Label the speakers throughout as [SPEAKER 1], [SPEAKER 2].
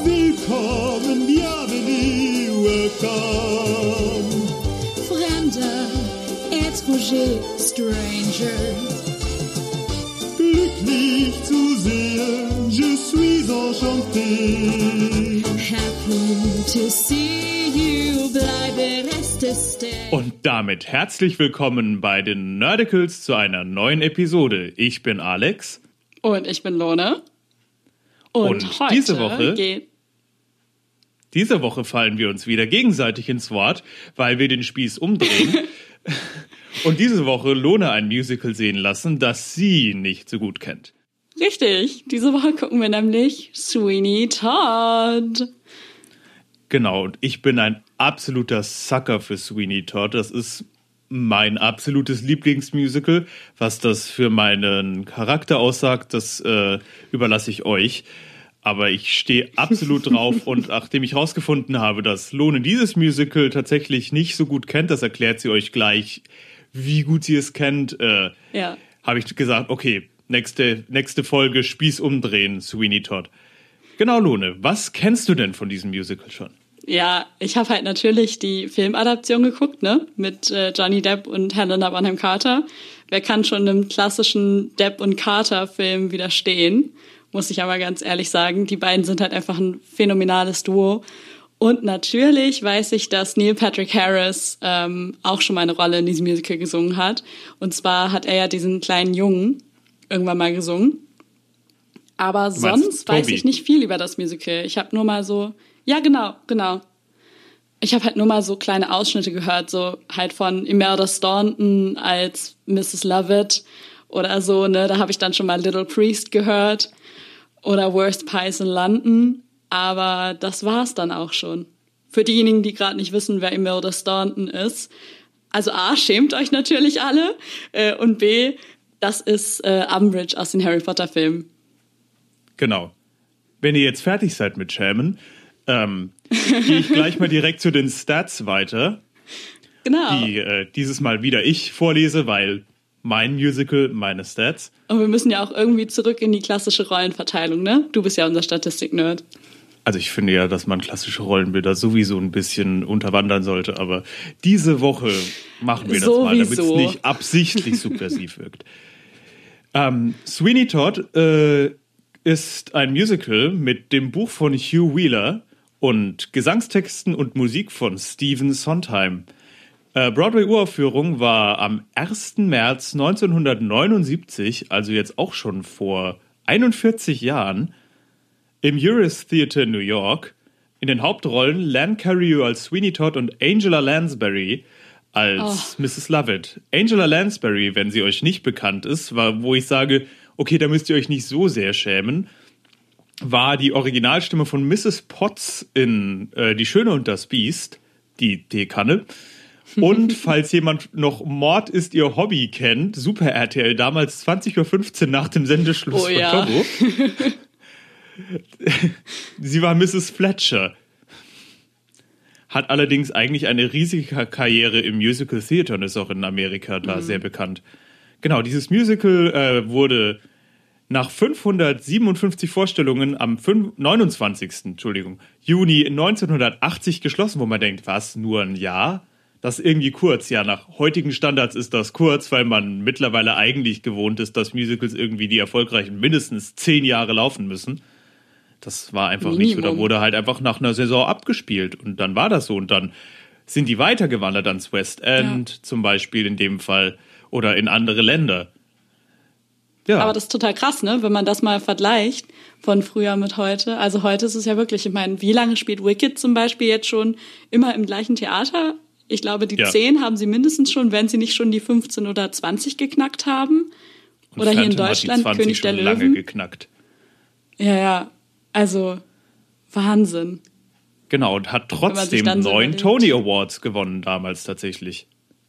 [SPEAKER 1] Willkommen, bienvenue, welcome.
[SPEAKER 2] Fremder, étranger, stranger.
[SPEAKER 1] Glücklich zu sehen, je suis enchanté.
[SPEAKER 2] Happy to see you, bleibe reste stay.
[SPEAKER 3] Und damit herzlich willkommen bei den Nerdicals zu einer neuen Episode. Ich bin Alex.
[SPEAKER 4] Und ich bin Lone. Und heute
[SPEAKER 3] diese Woche fallen wir uns wieder gegenseitig ins Wort, weil wir den Spieß umdrehen. Und diese Woche Lone ein Musical sehen lassen, das sie nicht so gut kennt.
[SPEAKER 4] Richtig, diese Woche gucken wir nämlich Sweeney Todd.
[SPEAKER 3] Genau, und ich bin ein absoluter Sucker für Sweeney Todd. Das ist mein absolutes Lieblingsmusical. Was das für meinen Charakter aussagt, das überlasse ich euch. Aber ich stehe absolut drauf und nachdem ich rausgefunden habe, dass Lone dieses Musical tatsächlich nicht so gut kennt, das erklärt sie euch gleich, wie gut sie es kennt, habe ich gesagt, okay, nächste Folge, Spieß umdrehen, Sweeney Todd. Genau, Lone, was kennst du denn von diesem Musical schon?
[SPEAKER 4] Ja, ich habe halt natürlich die Filmadaption geguckt, ne, mit Johnny Depp und Helena Bonham Carter. Wer kann schon einem klassischen Depp- und Carter-Film widerstehen? Muss ich aber ganz ehrlich sagen, die beiden sind halt einfach ein phänomenales Duo. Und natürlich weiß ich, dass Neil Patrick Harris auch schon mal eine Rolle in diesem Musical gesungen hat. Und zwar hat er ja diesen kleinen Jungen irgendwann mal gesungen. Aber sonst weiß ich nicht viel über das Musical. Ich habe nur mal so, ja genau. Ich habe halt nur mal so kleine Ausschnitte gehört, so halt von Imelda Staunton als Mrs. Lovett oder so, ne? Da habe ich dann schon mal Little Priest gehört oder Worst Pies in London. Aber das war's dann auch schon. Für diejenigen, die gerade nicht wissen, wer Imelda Staunton ist. Also A, schämt euch natürlich alle. Und B, das ist Umbridge aus den Harry Potter Filmen.
[SPEAKER 3] Genau. Wenn ihr jetzt fertig seid mit Schämen, gehe ich gleich mal direkt zu den Stats weiter.
[SPEAKER 4] Genau.
[SPEAKER 3] Die dieses Mal wieder ich vorlese, weil mein Musical, meine Stats.
[SPEAKER 4] Und wir müssen ja auch irgendwie zurück in die klassische Rollenverteilung, ne? Du bist ja unser Statistik-Nerd.
[SPEAKER 3] Also ich finde ja, dass man klassische Rollenbilder sowieso ein bisschen unterwandern sollte, aber diese Woche machen wir das mal, damit es nicht absichtlich subversiv wirkt. Sweeney Todd ist ein Musical mit dem Buch von Hugh Wheeler und Gesangstexten und Musik von Stephen Sondheim. Broadway-Uraufführung war am 1. März 1979, also jetzt auch schon vor 41 Jahren, im Uris Theatre in New York. In den Hauptrollen Len Cariou als Sweeney Todd und Angela Lansbury als Mrs. Lovett. Angela Lansbury, wenn sie euch nicht bekannt ist, war, wo ich sage, okay, da müsst ihr euch nicht so sehr schämen, war die Originalstimme von Mrs. Potts in Die Schöne und das Biest, die Teekanne. Und falls jemand noch Mord ist ihr Hobby kennt, Super RTL, damals 20.15 Uhr nach dem Sendeschluss von Togo. Sie war Mrs. Fletcher. Hat allerdings eigentlich eine riesige Karriere im Musical Theater und ist auch in Amerika da sehr bekannt. Genau, dieses Musical wurde nach 557 Vorstellungen am 29. Juni 1980 geschlossen, wo man denkt, was, nur ein Jahr? Das ist irgendwie kurz. Ja, nach heutigen Standards ist das kurz, weil man mittlerweile eigentlich gewohnt ist, dass Musicals irgendwie die erfolgreichen mindestens 10 Jahre laufen müssen. Das war einfach nicht so. Da wurde halt einfach nach einer Saison abgespielt und dann war das so. Und dann sind die weitergewandert ans West End zum Beispiel in dem Fall oder in andere Länder. Ja.
[SPEAKER 4] Aber das ist total krass, ne? Wenn man das mal vergleicht von früher mit heute. Also heute ist es ja wirklich, ich meine, wie lange spielt Wicked zum Beispiel jetzt schon immer im gleichen Theater? Ich glaube, die 10 haben sie mindestens schon, wenn sie nicht schon die 15 oder 20 geknackt haben.
[SPEAKER 3] Und
[SPEAKER 4] oder
[SPEAKER 3] Phantom
[SPEAKER 4] hier in Deutschland,
[SPEAKER 3] hat die 20
[SPEAKER 4] König der
[SPEAKER 3] schon
[SPEAKER 4] Löwen.
[SPEAKER 3] lange geknackt.
[SPEAKER 4] Ja, also Wahnsinn.
[SPEAKER 3] Genau, und hat trotzdem 9 Tony Awards gewonnen damals tatsächlich.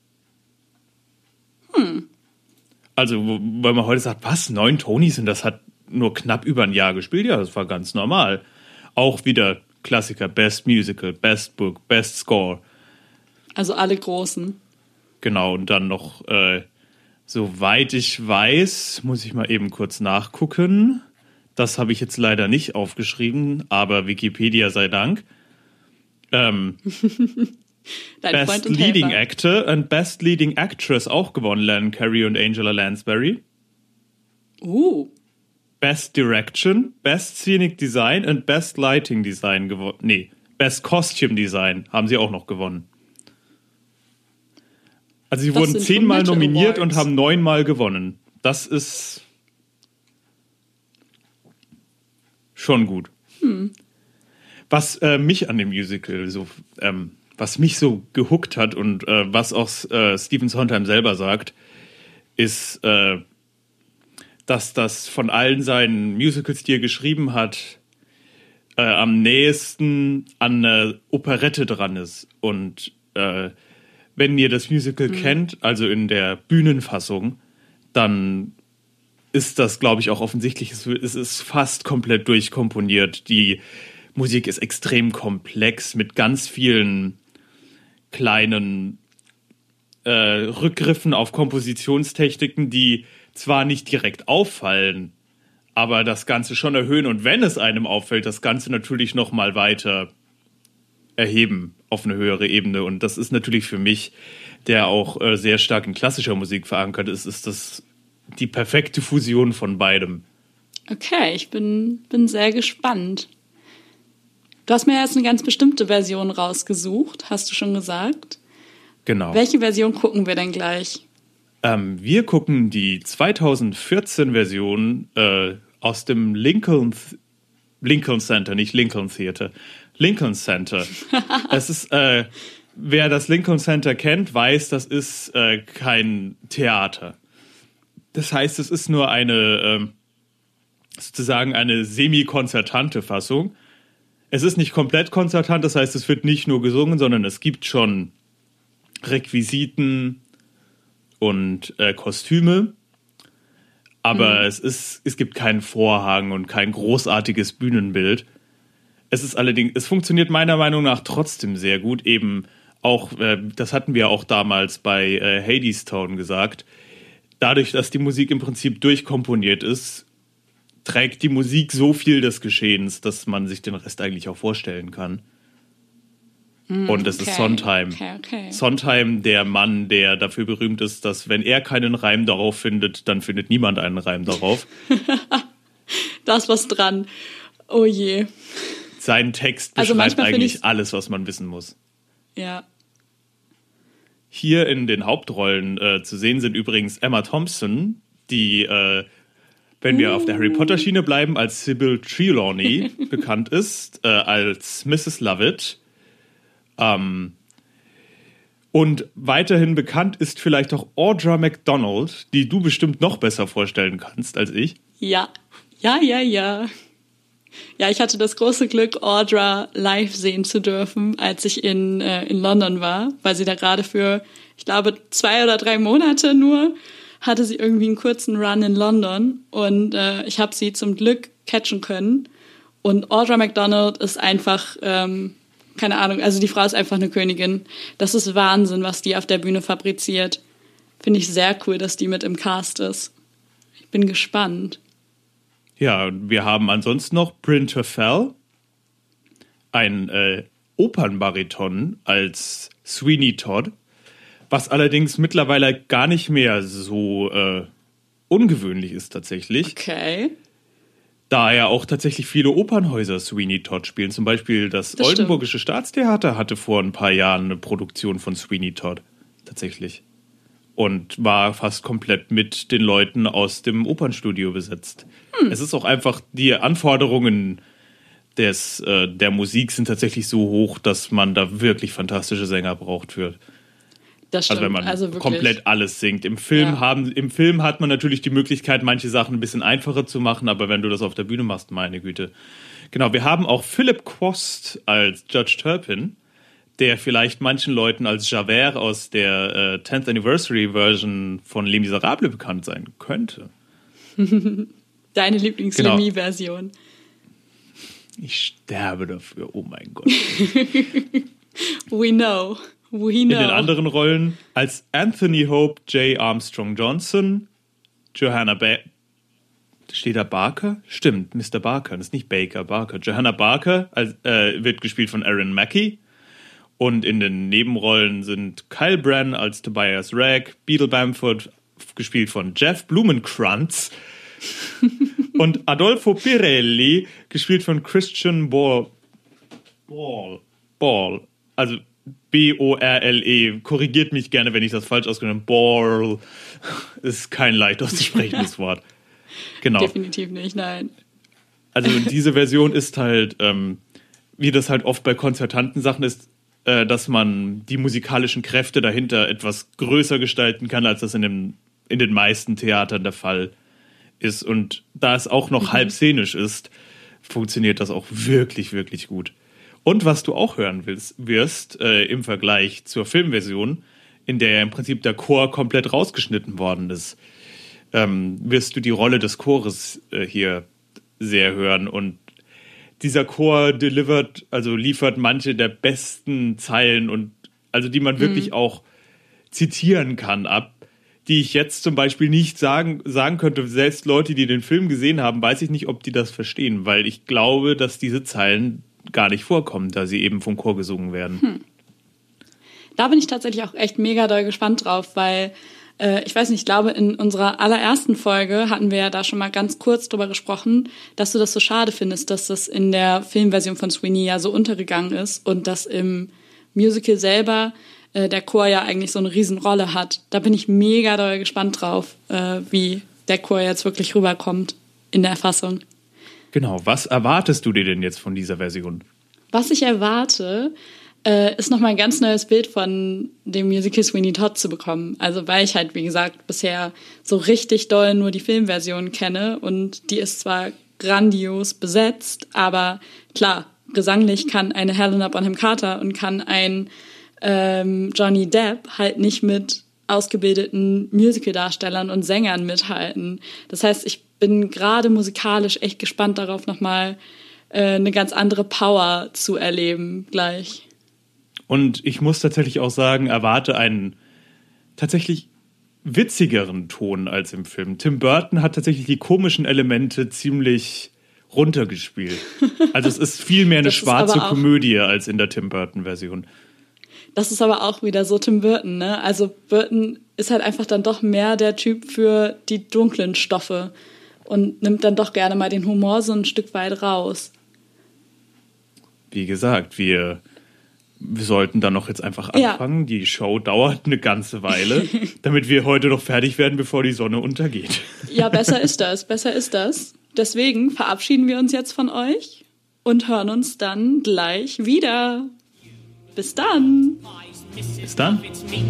[SPEAKER 3] Also, weil man heute sagt, was, 9 Tonys und das hat nur knapp über ein Jahr gespielt? Ja, das war ganz normal. Auch wieder Klassiker, Best Musical, Best Book, Best Score.
[SPEAKER 4] Also alle großen.
[SPEAKER 3] Genau, und dann noch, soweit ich weiß, muss ich mal eben kurz nachgucken, Das habe ich jetzt leider nicht aufgeschrieben, aber Wikipedia sei Dank. Best Leading Actor und Best Leading Actress auch gewonnen, Len Carey und Angela Lansbury. Best Direction, Best Scenic Design und Best Lighting Design gewonnen. Nee, Best Costume Design haben sie auch noch gewonnen. Also sie wurden 10-mal nominiert und haben 9-mal gewonnen. Das ist schon gut. Was mich an dem Musical so, was mich so gehuckt hat und was auch Stephen Sondheim selber sagt, ist, dass das von allen seinen Musicals, die er geschrieben hat, am nächsten an eine Operette dran ist. Und wenn ihr das Musical kennt, also in der Bühnenfassung, dann ist das, glaube ich, auch offensichtlich. Es ist fast komplett durchkomponiert. Die Musik ist extrem komplex mit ganz vielen kleinen Rückgriffen auf Kompositionstechniken, die zwar nicht direkt auffallen, aber das Ganze schon erhöhen und wenn es einem auffällt, das Ganze natürlich noch mal weiter erheben auf eine höhere Ebene. Und das ist natürlich für mich, der auch sehr stark in klassischer Musik verankert ist das die perfekte Fusion von beidem.
[SPEAKER 4] Okay, ich bin sehr gespannt. Du hast mir jetzt eine ganz bestimmte Version rausgesucht, hast du schon gesagt.
[SPEAKER 3] Genau.
[SPEAKER 4] Welche Version gucken wir denn gleich?
[SPEAKER 3] Wir gucken die 2014-Version aus dem Lincoln Center, nicht Lincoln Theater. Lincoln Center. Es ist, wer das Lincoln Center kennt, weiß, das ist kein Theater. Das heißt, es ist nur eine, sozusagen eine semi-konzertante Fassung. Es ist nicht komplett konzertant, das heißt, es wird nicht nur gesungen, sondern es gibt schon Requisiten und Kostüme. Aber es gibt keinen Vorhang und kein großartiges Bühnenbild. Es funktioniert meiner Meinung nach trotzdem sehr gut. Eben auch, das hatten wir auch damals bei Hadestown gesagt. Dadurch, dass die Musik im Prinzip durchkomponiert ist, trägt die Musik so viel des Geschehens, dass man sich den Rest eigentlich auch vorstellen kann. Und es ist Sondheim. Okay. Sondheim, der Mann, der dafür berühmt ist, dass wenn er keinen Reim darauf findet, dann findet niemand einen Reim darauf.
[SPEAKER 4] Da ist was dran. Oh je.
[SPEAKER 3] Sein Text beschreibt eigentlich alles, was man wissen muss.
[SPEAKER 4] Ja.
[SPEAKER 3] Hier in den Hauptrollen zu sehen sind übrigens Emma Thompson, die, wenn wir auf der Harry Potter-Schiene bleiben, als Sybil Trelawney bekannt ist, als Mrs. Lovett. Und weiterhin bekannt ist vielleicht auch Audra McDonald, die du bestimmt noch besser vorstellen kannst als ich.
[SPEAKER 4] Ja. Ja, ich hatte das große Glück, Audra live sehen zu dürfen, als ich in London war, weil sie da gerade für, ich glaube, 2 oder 3 Monate nur, hatte sie irgendwie einen kurzen Run in London und ich habe sie zum Glück catchen können. Und Audra McDonald ist einfach, keine Ahnung, also die Frau ist einfach eine Königin. Das ist Wahnsinn, was die auf der Bühne fabriziert. Finde ich sehr cool, dass die mit im Cast ist. Ich bin gespannt.
[SPEAKER 3] Ja, wir haben ansonsten noch Bryn Terfel, ein Opernbariton als Sweeney Todd, was allerdings mittlerweile gar nicht mehr so ungewöhnlich ist tatsächlich.
[SPEAKER 4] Okay.
[SPEAKER 3] Da ja auch tatsächlich viele Opernhäuser Sweeney Todd spielen. Zum Beispiel das Oldenburgische Staatstheater hatte vor ein paar Jahren eine Produktion von Sweeney Todd tatsächlich. Und war fast komplett mit den Leuten aus dem Opernstudio besetzt. Es ist auch einfach, die Anforderungen der Musik sind tatsächlich so hoch, dass man da wirklich fantastische Sänger braucht für.
[SPEAKER 4] Das stimmt.
[SPEAKER 3] Also wenn man komplett alles singt. Im Film hat man natürlich die Möglichkeit, manche Sachen ein bisschen einfacher zu machen, aber wenn du das auf der Bühne machst, meine Güte. Genau, wir haben auch Philip Quast als Judge Turpin, der vielleicht manchen Leuten als Javert aus der 10th Anniversary Version von Les Miserables bekannt sein könnte.
[SPEAKER 4] Deine Lieblings-Lemmy-Version.
[SPEAKER 3] Ich sterbe dafür, oh mein Gott.
[SPEAKER 4] We know.
[SPEAKER 3] In den anderen Rollen als Anthony Hope J. Armstrong Johnson, Johanna Steht da Barker? Stimmt, Mr. Barker, das ist nicht Baker, Barker. Johanna Barker wird gespielt von Aaron Mackey. Und in den Nebenrollen sind Kyle Brann als Tobias Ragg, Beadle Bamford, gespielt von Jeff Blumenkranz, und Adolfo Pirelli, gespielt von Christian Ball. Also B-O-R-L-E. Korrigiert mich gerne, wenn ich das falsch ausgesprochen habe. Ball ist kein leicht auszusprechendes Wort. Genau.
[SPEAKER 4] Definitiv nicht, nein.
[SPEAKER 3] Also diese Version ist halt, wie das halt oft bei konzertanten Sachen ist, dass man die musikalischen Kräfte dahinter etwas größer gestalten kann, als das in den meisten Theatern der Fall ist. Und da es auch noch halb szenisch ist, funktioniert das auch wirklich, wirklich gut. Und was du auch hören wirst im Vergleich zur Filmversion, in der ja im Prinzip der Chor komplett rausgeschnitten worden ist, wirst du die Rolle des Chores hier sehr hören. Und dieser Chor liefert manche der besten Zeilen und also die man wirklich auch zitieren kann ab, die ich jetzt zum Beispiel nicht sagen könnte. Selbst Leute, die den Film gesehen haben, weiß ich nicht, ob die das verstehen, weil ich glaube, dass diese Zeilen gar nicht vorkommen, da sie eben vom Chor gesungen werden.
[SPEAKER 4] Da bin ich tatsächlich auch echt mega doll gespannt drauf, weil ich weiß nicht, ich glaube, in unserer allerersten Folge hatten wir ja da schon mal ganz kurz drüber gesprochen, dass du das so schade findest, dass das in der Filmversion von Sweeney ja so untergegangen ist und dass im Musical selber der Chor ja eigentlich so eine Riesenrolle hat. Da bin ich mega doll gespannt drauf, wie der Chor jetzt wirklich rüberkommt in der Fassung.
[SPEAKER 3] Genau, was erwartest du dir denn jetzt von dieser Version?
[SPEAKER 4] Was ich erwarte, ist nochmal ein ganz neues Bild von dem Musical Sweeney Todd zu bekommen. Also weil ich halt, wie gesagt, bisher so richtig doll nur die Filmversion kenne und die ist zwar grandios besetzt, aber klar, gesanglich kann eine Helena Bonham Carter und kann ein Johnny Depp halt nicht mit ausgebildeten Musical-Darstellern und Sängern mithalten. Das heißt, ich bin gerade musikalisch echt gespannt darauf, nochmal eine ganz andere Power zu erleben gleich.
[SPEAKER 3] Und ich muss tatsächlich auch sagen, erwarte einen tatsächlich witzigeren Ton als im Film. Tim Burton hat tatsächlich die komischen Elemente ziemlich runtergespielt. Also es ist viel mehr eine schwarze Komödie als in der Tim Burton-Version.
[SPEAKER 4] Das ist aber auch wieder so Tim Burton, ne? Also Burton ist halt einfach dann doch mehr der Typ für die dunklen Stoffe und nimmt dann doch gerne mal den Humor so ein Stück weit raus.
[SPEAKER 3] Wie gesagt, wir sollten dann noch jetzt einfach anfangen. Ja. Die Show dauert eine ganze Weile, damit wir heute noch fertig werden, bevor die Sonne untergeht.
[SPEAKER 4] Ja, besser ist das. Deswegen verabschieden wir uns jetzt von euch und hören uns dann gleich wieder. Bis dann.
[SPEAKER 3] Bis dann.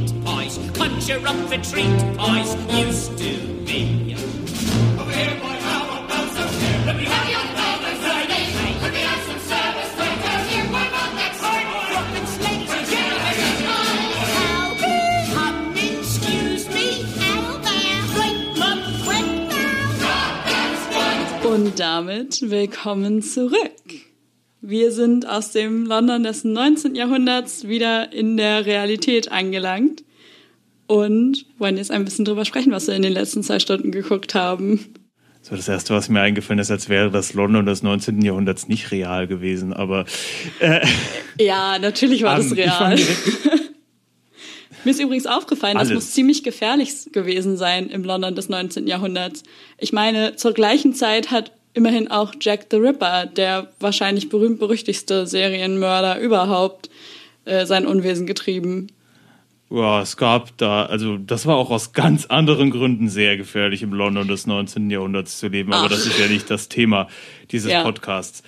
[SPEAKER 4] Und damit willkommen zurück. Wir sind aus dem London des 19. Jahrhunderts wieder in der Realität angelangt und wollen jetzt ein bisschen drüber sprechen, was wir in den letzten 2 Stunden geguckt haben.
[SPEAKER 3] So, das Erste, was mir eingefallen ist, als wäre das London des 19. Jahrhunderts nicht real gewesen, aber
[SPEAKER 4] ja, natürlich war das real. Mir ist übrigens aufgefallen, das muss ziemlich gefährlich gewesen sein im London des 19. Jahrhunderts. Ich meine, zur gleichen Zeit hat immerhin auch Jack the Ripper, der wahrscheinlich berühmt-berüchtigste Serienmörder überhaupt, sein Unwesen getrieben.
[SPEAKER 3] Ja, es gab da, also das war auch aus ganz anderen Gründen sehr gefährlich, im London des 19. Jahrhunderts zu leben, aber das ist ja nicht das Thema dieses Podcasts.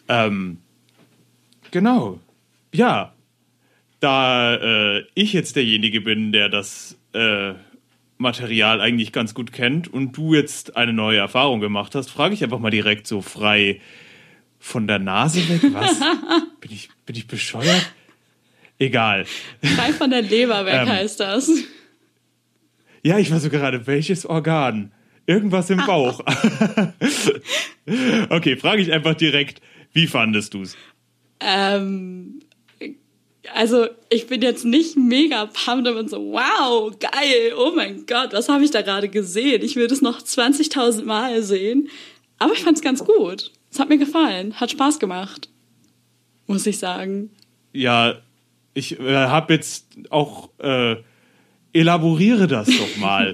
[SPEAKER 3] Genau, ja. Da ich jetzt derjenige bin, der das Material eigentlich ganz gut kennt und du jetzt eine neue Erfahrung gemacht hast, frage ich einfach mal direkt so frei von der Nase weg. Was? Bin ich bescheuert? Egal.
[SPEAKER 4] Frei von der Leber weg heißt das.
[SPEAKER 3] Ja, ich war so gerade, welches Organ? Irgendwas im Bauch. Okay, frage ich einfach direkt, wie fandest du's?
[SPEAKER 4] Also ich bin jetzt nicht mega pumped und so, wow, geil, oh mein Gott, was habe ich da gerade gesehen? Ich würde es noch 20.000 Mal sehen. Aber ich fand es ganz gut. Es hat mir gefallen, hat Spaß gemacht, muss ich sagen.
[SPEAKER 3] Ja, ich habe jetzt auch, elaboriere das doch mal.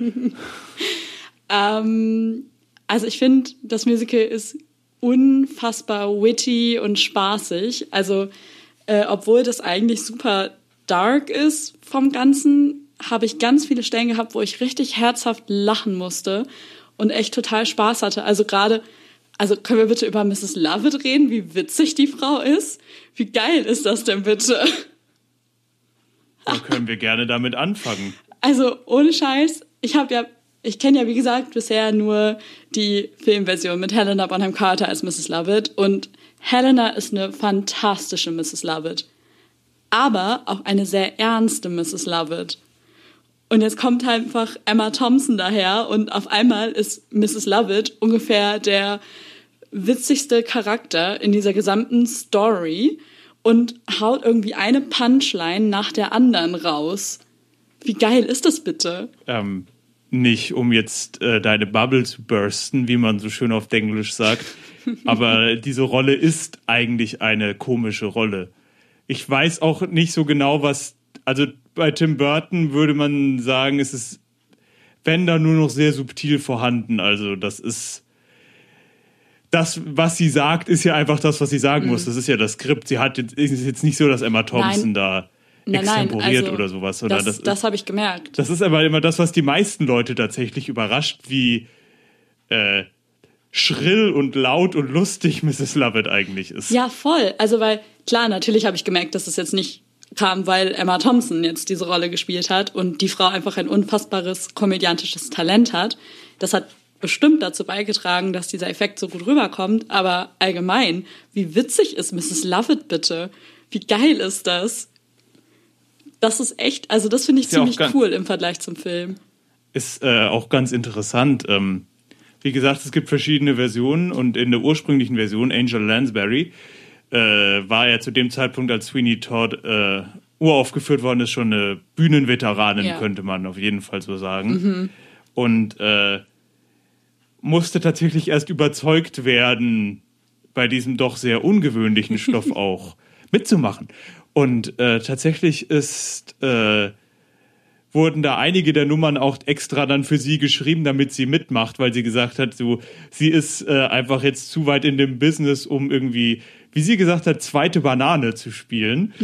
[SPEAKER 4] Also ich finde, das Musical ist unfassbar witty und spaßig. Also obwohl das eigentlich super dark ist vom Ganzen, habe ich ganz viele Stellen gehabt, wo ich richtig herzhaft lachen musste und echt total Spaß hatte. Also gerade, können wir bitte über Mrs. Lovett reden, wie witzig die Frau ist? Wie geil ist das denn bitte?
[SPEAKER 3] Da können wir gerne damit anfangen.
[SPEAKER 4] Also ohne Scheiß, ich kenne ja wie gesagt bisher nur die Filmversion mit Helena Bonham Carter als Mrs. Lovett und Helena ist eine fantastische Mrs. Lovett, aber auch eine sehr ernste Mrs. Lovett. Und jetzt kommt halt einfach Emma Thompson daher und auf einmal ist Mrs. Lovett ungefähr der witzigste Charakter in dieser gesamten Story und haut irgendwie eine Punchline nach der anderen raus. Wie geil ist das bitte?
[SPEAKER 3] Nicht, um jetzt deine Bubble zu bursten, wie man so schön auf Englisch sagt, aber diese Rolle ist eigentlich eine komische Rolle. Ich weiß auch nicht so genau, also bei Tim Burton würde man sagen, es ist, wenn da nur noch sehr subtil vorhanden. Also das ist, das, was sie sagt, ist ja einfach das, was sie sagen muss. Das ist ja das Skript. Ist jetzt nicht so, dass Emma Thompson extemporiert oder sowas.
[SPEAKER 4] Das habe ich gemerkt.
[SPEAKER 3] Das ist aber immer das, was die meisten Leute tatsächlich überrascht, wie schrill und laut und lustig Mrs. Lovett eigentlich ist.
[SPEAKER 4] Ja, voll. Also weil, klar, natürlich habe ich gemerkt, dass es jetzt nicht kam, weil Emma Thompson jetzt diese Rolle gespielt hat und die Frau einfach ein unfassbares komödiantisches Talent hat. Das hat bestimmt dazu beigetragen, dass dieser Effekt so gut rüberkommt, aber allgemein, wie witzig ist Mrs. Lovett bitte? Wie geil ist das? Das ist echt, also das finde ich ziemlich cool im Vergleich zum Film.
[SPEAKER 3] Ist auch ganz interessant. Wie gesagt, es gibt verschiedene Versionen und in der ursprünglichen Version, Angela Lansbury, war ja zu dem Zeitpunkt, als Sweeney Todd uraufgeführt worden ist, schon eine Bühnenveteranin, könnte man auf jeden Fall so sagen. Und musste tatsächlich erst überzeugt werden, bei diesem doch sehr ungewöhnlichen Stoff auch mitzumachen. Und tatsächlich wurden da einige der Nummern auch extra dann für sie geschrieben, damit sie mitmacht, weil sie gesagt hat, sie ist einfach jetzt zu weit in dem Business, um irgendwie, wie sie gesagt hat, zweite Banane zu spielen.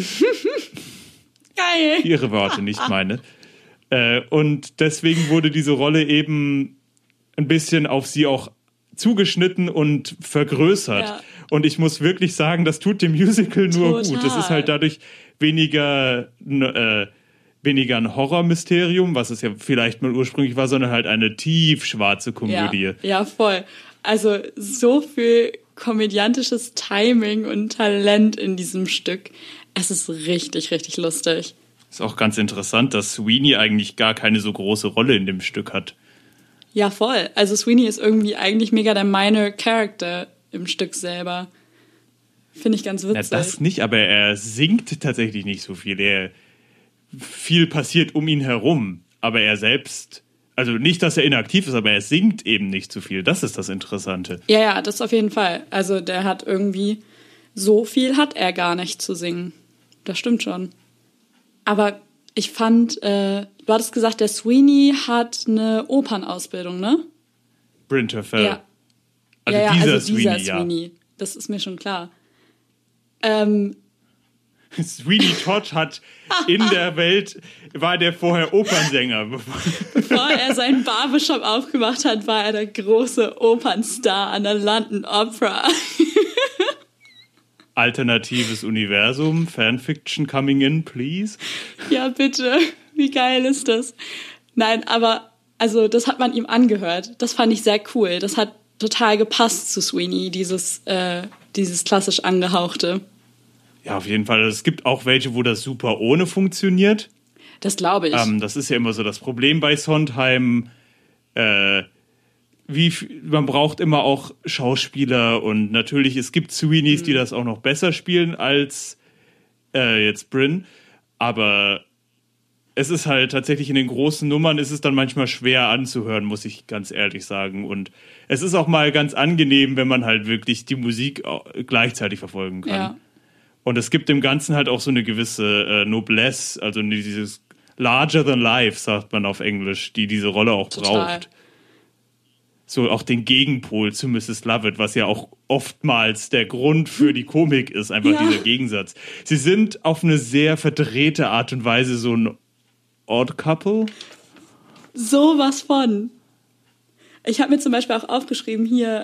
[SPEAKER 4] Geil.
[SPEAKER 3] Ihre Worte, nicht meine. Und deswegen wurde diese Rolle eben ein bisschen auf sie auch zugeschnitten und vergrößert. Ja. Und ich muss wirklich sagen, das tut dem Musical nur gut. Das ist halt dadurch weniger ein Horrormysterium, was es ja vielleicht mal ursprünglich war, sondern halt eine tiefschwarze Komödie.
[SPEAKER 4] Ja, voll. Also so viel komödiantisches Timing und Talent in diesem Stück. Es ist richtig, richtig lustig.
[SPEAKER 3] Ist auch ganz interessant, dass Sweeney eigentlich gar keine so große Rolle in dem Stück hat.
[SPEAKER 4] Ja, voll. Also Sweeney ist irgendwie eigentlich mega der minor Character im Stück selber. Finde ich ganz witzig.
[SPEAKER 3] Ja, das nicht, aber er singt tatsächlich nicht so viel. Viel passiert um ihn herum, aber er selbst, also nicht, dass er inaktiv ist, aber er singt eben nicht so viel. Das ist das Interessante.
[SPEAKER 4] Ja, das auf jeden Fall. Also der hat irgendwie, so viel hat er gar nicht zu singen. Das stimmt schon. Aber ich fand, du hattest gesagt, der Sweeney hat eine Opernausbildung, ne?
[SPEAKER 3] Brinterfell.
[SPEAKER 4] Ja.
[SPEAKER 3] Also dieser Sweeney.
[SPEAKER 4] Das ist mir schon klar.
[SPEAKER 3] Sweeney Todd hat in der Welt, war der vorher Opernsänger.
[SPEAKER 4] Bevor er seinen Barbershop aufgemacht hat, war er der große Opernstar an der London Opera.
[SPEAKER 3] Alternatives Universum, Fanfiction coming in, please.
[SPEAKER 4] Ja, bitte. Wie geil ist das? Nein, aber also das hat man ihm angehört. Das fand ich sehr cool. Das hat total gepasst zu Sweeney, dieses klassisch Angehauchte.
[SPEAKER 3] Ja, auf jeden Fall. Es gibt auch welche, wo das super ohne funktioniert.
[SPEAKER 4] Das glaube ich.
[SPEAKER 3] Das ist ja immer so das Problem bei Sondheim. Man braucht immer auch Schauspieler und natürlich, es gibt Sweeneys, die das auch noch besser spielen als jetzt Bryn, aber es ist halt tatsächlich in den großen Nummern ist es dann manchmal schwer anzuhören, muss ich ganz ehrlich sagen. Und es ist auch mal ganz angenehm, wenn man halt wirklich die Musik gleichzeitig verfolgen kann. Ja. Und es gibt dem Ganzen halt auch so eine gewisse Noblesse, also dieses Larger than life, sagt man auf Englisch, die diese Rolle auch braucht. So auch den Gegenpol zu Mrs. Lovett, was ja auch oftmals der Grund für die Komik ist, einfach dieser Gegensatz. Sie sind auf eine sehr verdrehte Art und Weise so ein Odd Couple.
[SPEAKER 4] Sowas von. Ich habe mir zum Beispiel auch aufgeschrieben hier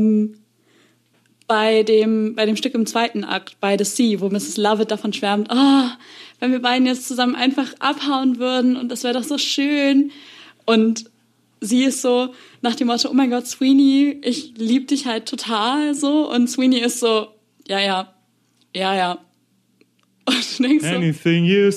[SPEAKER 4] bei dem Stück im zweiten Akt, bei The Sea, wo Mrs. Lovett davon schwärmt, wenn wir beiden jetzt zusammen einfach abhauen würden und das wäre doch so schön. Und sie ist so nach dem Motto, oh mein Gott, Sweeney, ich liebe dich halt total so. Und Sweeney ist so, ja. Und du denkst so,
[SPEAKER 3] anything you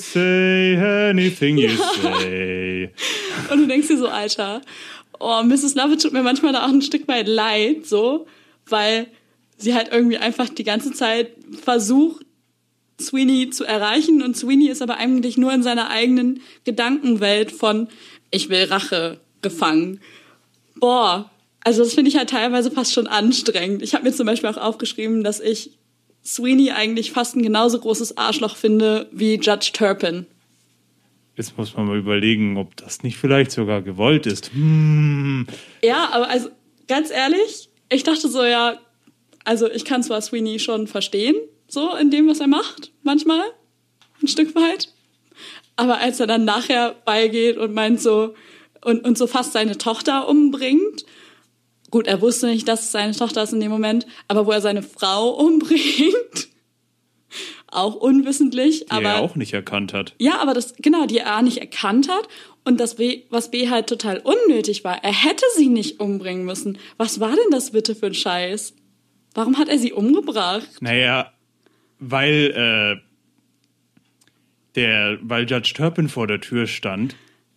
[SPEAKER 3] say.
[SPEAKER 4] Und du denkst dir so, Alter, Mrs. Lovett tut mir manchmal da auch ein Stück weit leid, so, weil sie halt irgendwie einfach die ganze Zeit versucht, Sweeney zu erreichen und Sweeney ist aber eigentlich nur in seiner eigenen Gedankenwelt von ich will Rache gefangen. Also das finde ich halt teilweise fast schon anstrengend. Ich habe mir zum Beispiel auch aufgeschrieben, dass ich Sweeney eigentlich fast ein genauso großes Arschloch finde wie Judge Turpin.
[SPEAKER 3] Jetzt muss man mal überlegen, ob das nicht vielleicht sogar gewollt ist.
[SPEAKER 4] Ja, aber also ganz ehrlich, ich dachte so, ja, also ich kann zwar Sweeney schon verstehen, so in dem, was er macht, manchmal, ein Stück weit, aber als er dann nachher beigeht und meint so, und so fast seine Tochter umbringt, gut, er wusste nicht, dass es seine Tochter ist in dem Moment, aber wo er seine Frau umbringt, auch unwissentlich.
[SPEAKER 3] Die er auch nicht erkannt hat.
[SPEAKER 4] Ja, aber die er A nicht erkannt hat und was B halt total unnötig war. Er hätte sie nicht umbringen müssen. Was war denn das bitte für ein Scheiß? Warum hat er sie umgebracht?
[SPEAKER 3] Naja, weil Judge Turpin vor der Tür stand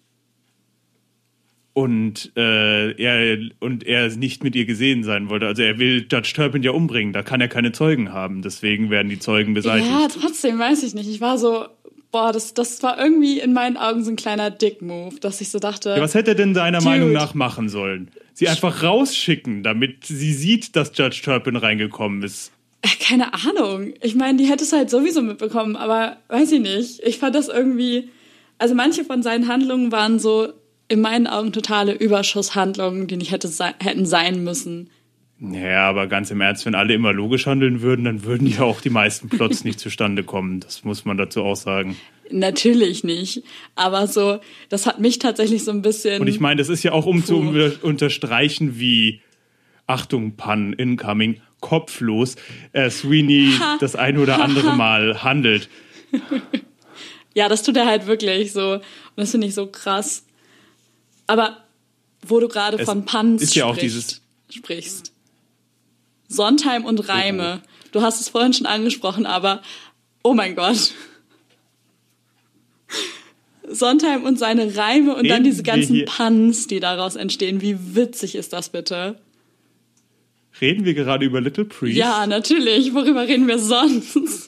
[SPEAKER 3] und er nicht mit ihr gesehen sein wollte. Also er will Judge Turpin ja umbringen, da kann er keine Zeugen haben. Deswegen werden die Zeugen beseitigt.
[SPEAKER 4] Ja, trotzdem weiß ich nicht. Ich war so, das war irgendwie in meinen Augen so ein kleiner Dick-Move, dass ich so dachte...
[SPEAKER 3] Ja, was hätte er denn deiner Meinung nach machen sollen? Sie einfach rausschicken, damit sie sieht, dass Judge Turpin reingekommen ist.
[SPEAKER 4] Keine Ahnung. Ich meine, die hätte es halt sowieso mitbekommen, aber weiß ich nicht. Ich fand das irgendwie... Also manche von seinen Handlungen waren so in meinen Augen totale Überschusshandlungen, die nicht hätten sein müssen.
[SPEAKER 3] Ja, aber ganz im Ernst, wenn alle immer logisch handeln würden, dann würden ja auch die meisten Plots nicht zustande kommen. Das muss man dazu auch sagen.
[SPEAKER 4] Natürlich nicht. Aber so, das hat mich tatsächlich so ein bisschen...
[SPEAKER 3] Und ich meine, das ist ja auch, um zu unterstreichen, wie, Achtung, Pun, incoming, kopflos, Sweeney das ein oder andere Mal handelt.
[SPEAKER 4] Ja, das tut er halt wirklich so. Und das finde ich so krass. Aber wo du gerade von Puns sprichst. Sondheim und Reime. Du hast es vorhin schon angesprochen, aber oh mein Gott. Sondheim und seine Reime und dann diese ganzen Puns, die daraus entstehen. Wie witzig ist das bitte?
[SPEAKER 3] Reden wir gerade über Little Priest?
[SPEAKER 4] Ja, natürlich. Worüber reden wir sonst?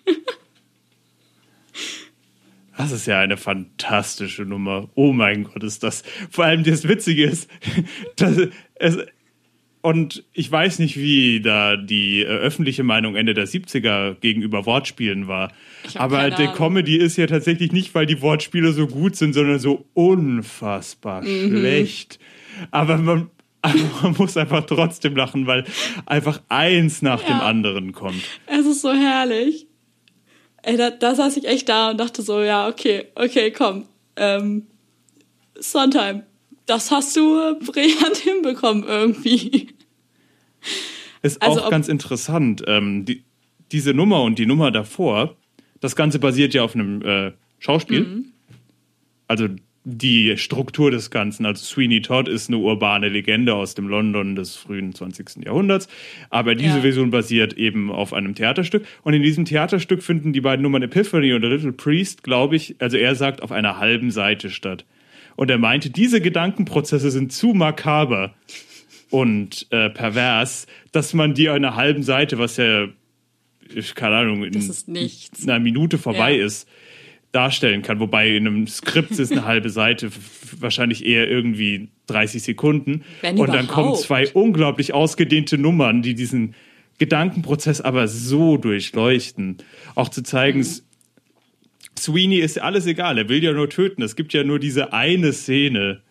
[SPEAKER 3] Das ist ja eine fantastische Nummer. Oh mein Gott, ist das. Vor allem das Witzige ist, und ich weiß nicht, wie da die öffentliche Meinung Ende der 70er gegenüber Wortspielen war. Aber der Comedy ist ja tatsächlich nicht, weil die Wortspiele so gut sind, sondern so unfassbar schlecht. Aber man muss einfach trotzdem lachen, weil einfach eins nach dem anderen kommt.
[SPEAKER 4] Es ist so herrlich. Ey, da saß ich echt da und dachte so, ja, okay, komm. Sondheim, das hast du brillant hinbekommen irgendwie.
[SPEAKER 3] Ist auch ganz interessant. Diese Nummer und die Nummer davor, das Ganze basiert ja auf einem Schauspiel. Also die Struktur des Ganzen. Also Sweeney Todd ist eine urbane Legende aus dem London des frühen 20. Jahrhunderts. Aber diese Version basiert eben auf einem Theaterstück. Und in diesem Theaterstück finden die beiden Nummern Epiphany und The Little Priest, glaube ich, also er sagt, auf einer halben Seite statt. Und er meinte, diese Gedankenprozesse sind zu makaber und pervers, dass man die auf einer halben Seite, was ja keine Ahnung, in einer Minute vorbei ist, darstellen kann. Wobei in einem Skript ist eine halbe Seite, wahrscheinlich eher irgendwie 30 Sekunden. Und dann kommen 2 unglaublich ausgedehnte Nummern, die diesen Gedankenprozess aber so durchleuchten. Auch zu zeigen, Sweeney ist alles egal, er will ja nur töten. Es gibt ja nur diese eine Szene,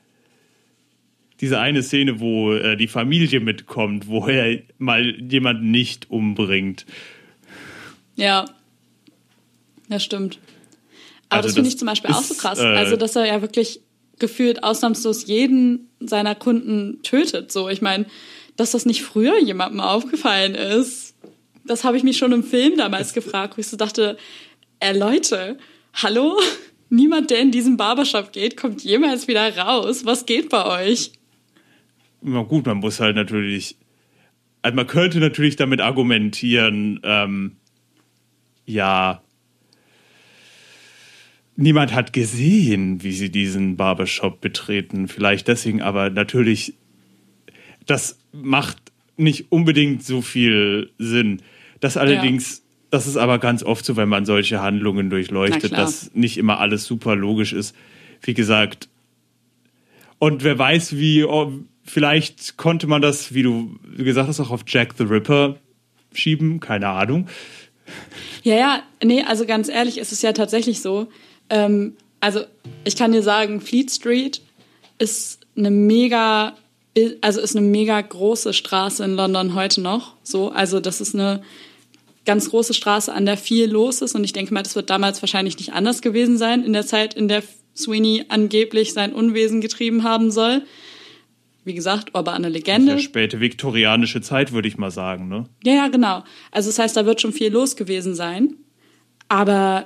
[SPEAKER 3] wo die Familie mitkommt, wo er mal jemanden nicht umbringt.
[SPEAKER 4] Ja, das stimmt. Aber das finde ich zum Beispiel auch so krass. Also, dass er ja wirklich gefühlt ausnahmslos jeden seiner Kunden tötet. So, ich meine, dass das nicht früher jemandem aufgefallen ist, das habe ich mich schon im Film damals gefragt, wo ich so dachte, Leute, hallo? Niemand, der in diesen Barbershop geht, kommt jemals wieder raus. Was geht bei euch?
[SPEAKER 3] Na gut, man muss halt natürlich, also man könnte natürlich damit argumentieren, niemand hat gesehen, wie sie diesen Barbershop betreten. Vielleicht deswegen, aber natürlich, das macht nicht unbedingt so viel Sinn. Das allerdings, das ist aber ganz oft so, wenn man solche Handlungen durchleuchtet, dass nicht immer alles super logisch ist. Wie gesagt, und wer weiß, vielleicht konnte man das, wie du gesagt hast, auch auf Jack the Ripper schieben, keine Ahnung.
[SPEAKER 4] Ja, nee, also ganz ehrlich, es ist ja tatsächlich so, also ich kann dir sagen, Fleet Street ist eine mega große Straße in London heute noch. So, also das ist eine ganz große Straße, an der viel los ist. Und ich denke mal, das wird damals wahrscheinlich nicht anders gewesen sein, in der Zeit, in der Sweeney angeblich sein Unwesen getrieben haben soll. Wie gesagt, urbane Legende.
[SPEAKER 3] Das ist ja späte viktorianische Zeit, würde ich mal sagen, ne?
[SPEAKER 4] Ja, genau. Also das heißt, da wird schon viel los gewesen sein. Aber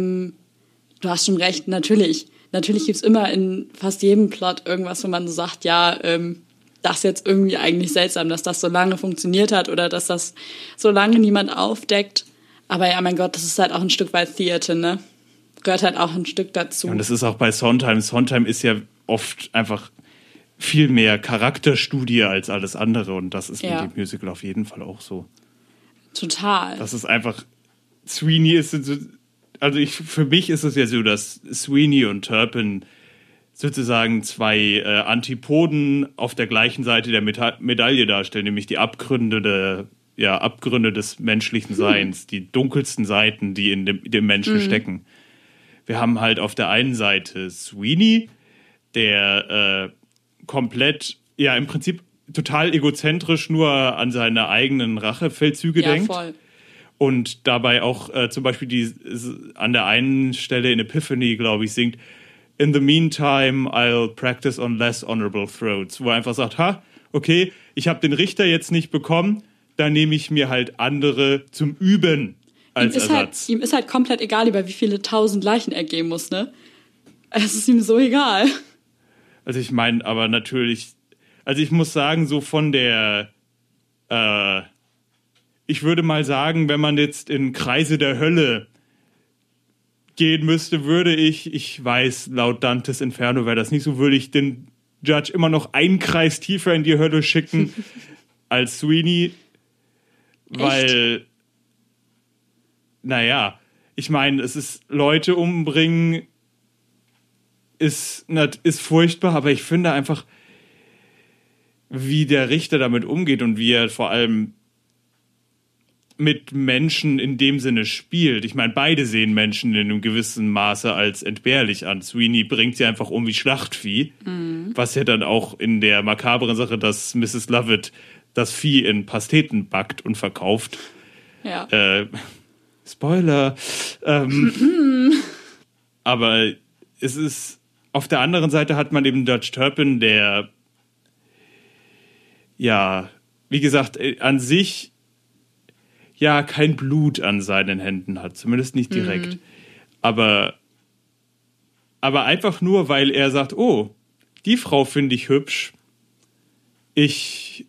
[SPEAKER 4] du hast schon recht, natürlich gibt es immer in fast jedem Plot irgendwas, wo man so sagt, das ist jetzt irgendwie eigentlich seltsam, dass das so lange funktioniert hat oder dass das so lange niemand aufdeckt. Aber ja, mein Gott, das ist halt auch ein Stück weit Theater, ne? Gehört halt auch ein Stück dazu.
[SPEAKER 3] Ja, und das ist auch bei Sondheim. Sondheim ist ja oft einfach viel mehr Charakterstudie als alles andere und das ist mit dem Musical auf jeden Fall auch so.
[SPEAKER 4] Total.
[SPEAKER 3] Das ist einfach, Sweeney ist, also für mich ist es ja so, dass Sweeney und Turpin sozusagen 2 Antipoden auf der gleichen Seite der Medaille darstellen, nämlich die Abgründe des menschlichen Seins, die dunkelsten Seiten, die in dem Menschen stecken. Wir haben halt auf der einen Seite Sweeney, der komplett, im Prinzip total egozentrisch nur an seine eigenen Rachefeldzüge denkt. Voll. Und dabei auch zum Beispiel an der einen Stelle in Epiphany, glaube ich, singt In the meantime, I'll practice on less honorable throats. Wo er einfach sagt, okay, ich habe den Richter jetzt nicht bekommen, dann nehme ich mir halt andere zum Üben als Ersatz.
[SPEAKER 4] Ihm ist halt komplett egal, über wie viele 1000 Leichen er gehen muss, ne? Es ist ihm so egal.
[SPEAKER 3] Also ich meine, aber natürlich, also ich muss sagen, so von der, ich würde mal sagen, wenn man jetzt in Kreise der Hölle gehen müsste, würde ich weiß, laut Dantes Inferno wäre das nicht so, würde ich den Judge immer noch einen Kreis tiefer in die Hölle schicken als Sweeney, weil, ich meine, es ist Leute umbringen, ist furchtbar, aber ich finde einfach, wie der Richter damit umgeht und wie er vor allem mit Menschen in dem Sinne spielt. Ich meine, beide sehen Menschen in einem gewissen Maße als entbehrlich an. Sweeney bringt sie einfach um wie Schlachtvieh, was ja dann auch in der makabren Sache, dass Mrs. Lovett das Vieh in Pasteten backt und verkauft.
[SPEAKER 4] Ja.
[SPEAKER 3] Spoiler. Aber es ist, auf der anderen Seite hat man eben Judge Turpin, der, wie gesagt, an sich kein Blut an seinen Händen hat, zumindest nicht direkt. Aber einfach nur, weil er sagt, oh, die Frau finde ich hübsch, ich